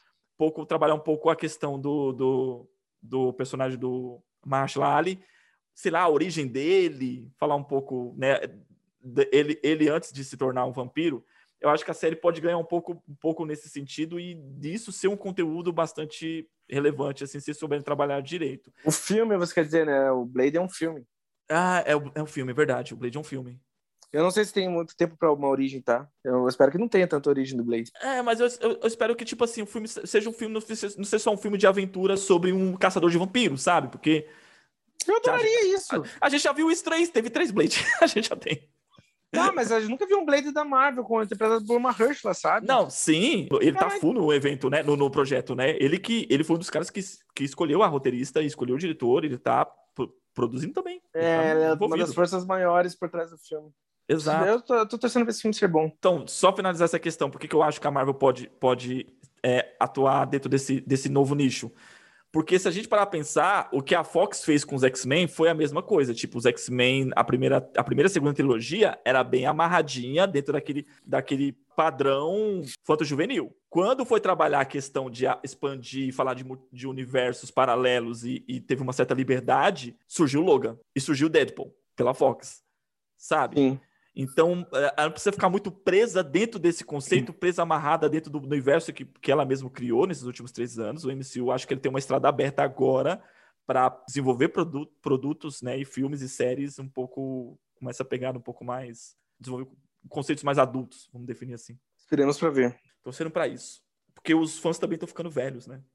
um pouco a questão do personagem do Mahershala Ali, sei lá, a origem dele, falar um pouco, né, ele antes de se tornar um vampiro, eu acho que a série pode ganhar um pouco nesse sentido e disso ser um conteúdo bastante relevante, assim, se souberem trabalhar direito. O filme, você quer dizer, né? O Blade é um filme. Ah, é um filme, é verdade. O Blade é um filme. Eu não sei se tem muito tempo pra uma origem, tá? Eu espero que não tenha tanta origem do Blade. Mas eu espero que, tipo assim, o filme seja um filme, não seja só um filme de aventura sobre um caçador de vampiros, sabe? Porque... Eu adoraria isso. A gente já viu isso teve 3 Blade. A gente já tem. Tá, mas a gente nunca viu um Blade da Marvel interpretado por uma Herschel, sabe? Não, sim. Ele tá full no evento, né? No projeto, né? Ele foi um dos caras que escolheu a roteirista, escolheu o diretor, ele tá produzindo também. Ele é uma das forças maiores por trás do filme. Exato. Eu tô torcendo pra esse filme ser bom. Então, só finalizar essa questão, por que eu acho que a Marvel pode atuar dentro desse novo nicho? Porque se a gente parar pra pensar, o que a Fox fez com os X-Men foi a mesma coisa. Tipo, os X-Men, a primeira e a segunda trilogia era bem amarradinha dentro daquele padrão infanto-juvenil. Quando foi trabalhar a questão de expandir e falar de universos paralelos e teve uma certa liberdade, surgiu o Logan e surgiu o Deadpool pela Fox, sabe? Sim. Então, ela não precisa ficar muito presa dentro desse conceito, presa amarrada dentro do universo que ela mesma criou nesses últimos 3 anos. O MCU, acho que ele tem uma estrada aberta agora para desenvolver produtos, né, e filmes e séries um pouco, com essa pegada um pouco mais, desenvolver conceitos mais adultos, vamos definir assim. Esperemos para ver. Torcendo para isso. Porque os fãs também estão ficando velhos, né?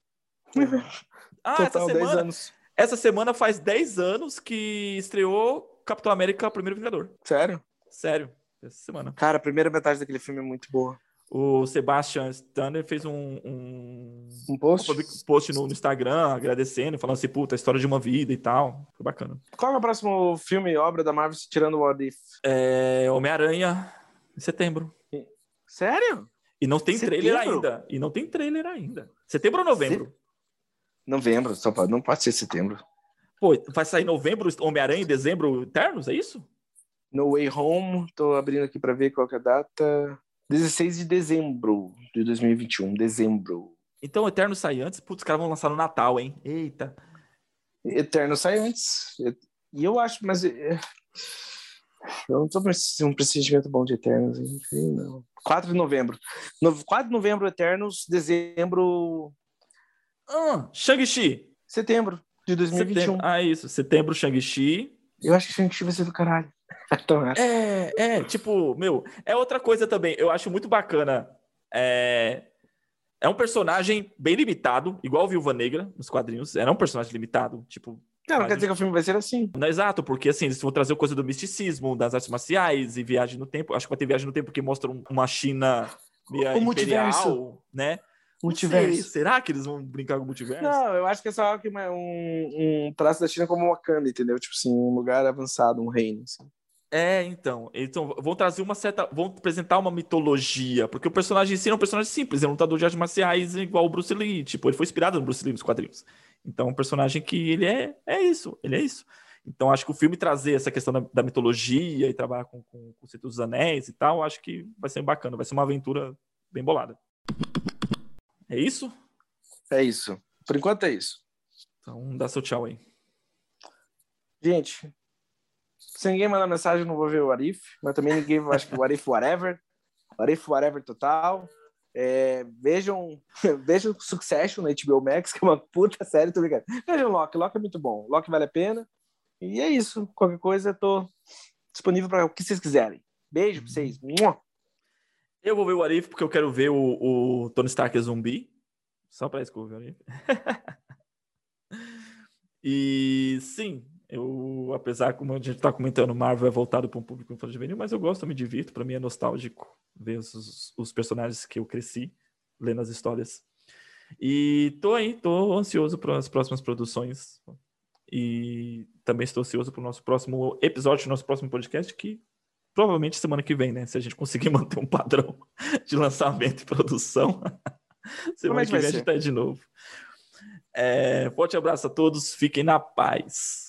Total, 10 anos. Essa semana faz 10 anos que estreou Capitão América, Primeiro Vingador. Sério, essa semana. Cara, a primeira metade daquele filme é muito boa. O Sebastian Stan fez um post no Instagram agradecendo, falando assim, puta, a história de uma vida e tal. Foi bacana. Qual é o próximo filme e obra da Marvel tirando o What If? Homem-Aranha, em setembro. Sério? E não tem trailer ainda. Setembro ou novembro? Novembro, só pode, não pode ser setembro. Pô, vai sair novembro Homem-Aranha e dezembro Eternos, é isso? No Way Home, tô abrindo aqui para ver qual que é a data. 16 de dezembro de 2021. Dezembro. Então o Eterno sai antes? Putz, os caras vão lançar no Natal, hein? Eita. Eterno sai antes. E eu acho, mas... Eu não tô precisando um pressentimento bom de Eternos. Não. 4 de novembro. 4 de novembro, Eternos. Dezembro... Shang-Chi. Setembro de 2021. Isso. Setembro, Shang-Chi. Eu acho que Shang-Chi vai ser do caralho. Tipo, é outra coisa também. Eu acho muito bacana. É um personagem bem limitado, igual o Viúva Negra nos quadrinhos. Era um personagem limitado, tipo... Não quer dizer que o filme vai ser assim. Não, exato, porque assim, eles vão trazer coisa do misticismo, das artes marciais e viagem no tempo. Acho que vai ter viagem no tempo que mostra uma China imperial, multiverso, né? Multiverso. Será que eles vão brincar com o multiverso? Não, eu acho que é só um traço da China como Wakanda, entendeu? Tipo assim, um lugar avançado, um reino, assim. Então vão trazer vão apresentar uma mitologia, porque o personagem em si é um personagem simples, é um lutador de artes marciais igual o Bruce Lee, tipo, ele foi inspirado no Bruce Lee nos quadrinhos. Então, é um personagem que ele é isso. Então, acho que o filme trazer essa questão da mitologia e trabalhar com o conceito dos anéis e tal, acho que vai ser bacana, vai ser uma aventura bem bolada. É isso? É isso. Por enquanto é isso. Então, dá seu tchau aí. Gente, se ninguém mandar mensagem, eu não vou ver o What If, mas também ninguém vai, acho que o What If Whatever. What If Whatever total. Vejam Succession na HBO Max, que é uma puta série, tô brincando. Vejam Loki é muito bom. Loki vale a pena. E é isso. Qualquer coisa, eu tô disponível para o que vocês quiserem. Beijo pra vocês. Eu vou ver o What If porque eu quero ver o Tony Stark zumbi. Só pra isso que eu vou ver o What If. E sim, apesar, como a gente tá comentando, Marvel é voltado para um público infanto-juvenil, mas eu gosto, eu me divirto, para mim é nostálgico ver os personagens que eu cresci lendo as histórias. E tô ansioso para as próximas produções e também estou ansioso para o nosso próximo episódio, nosso próximo podcast, que provavelmente semana que vem, né? Se a gente conseguir manter um padrão de lançamento e produção, semana que vem a gente tá aí de novo. Forte abraço a todos, fiquem na paz.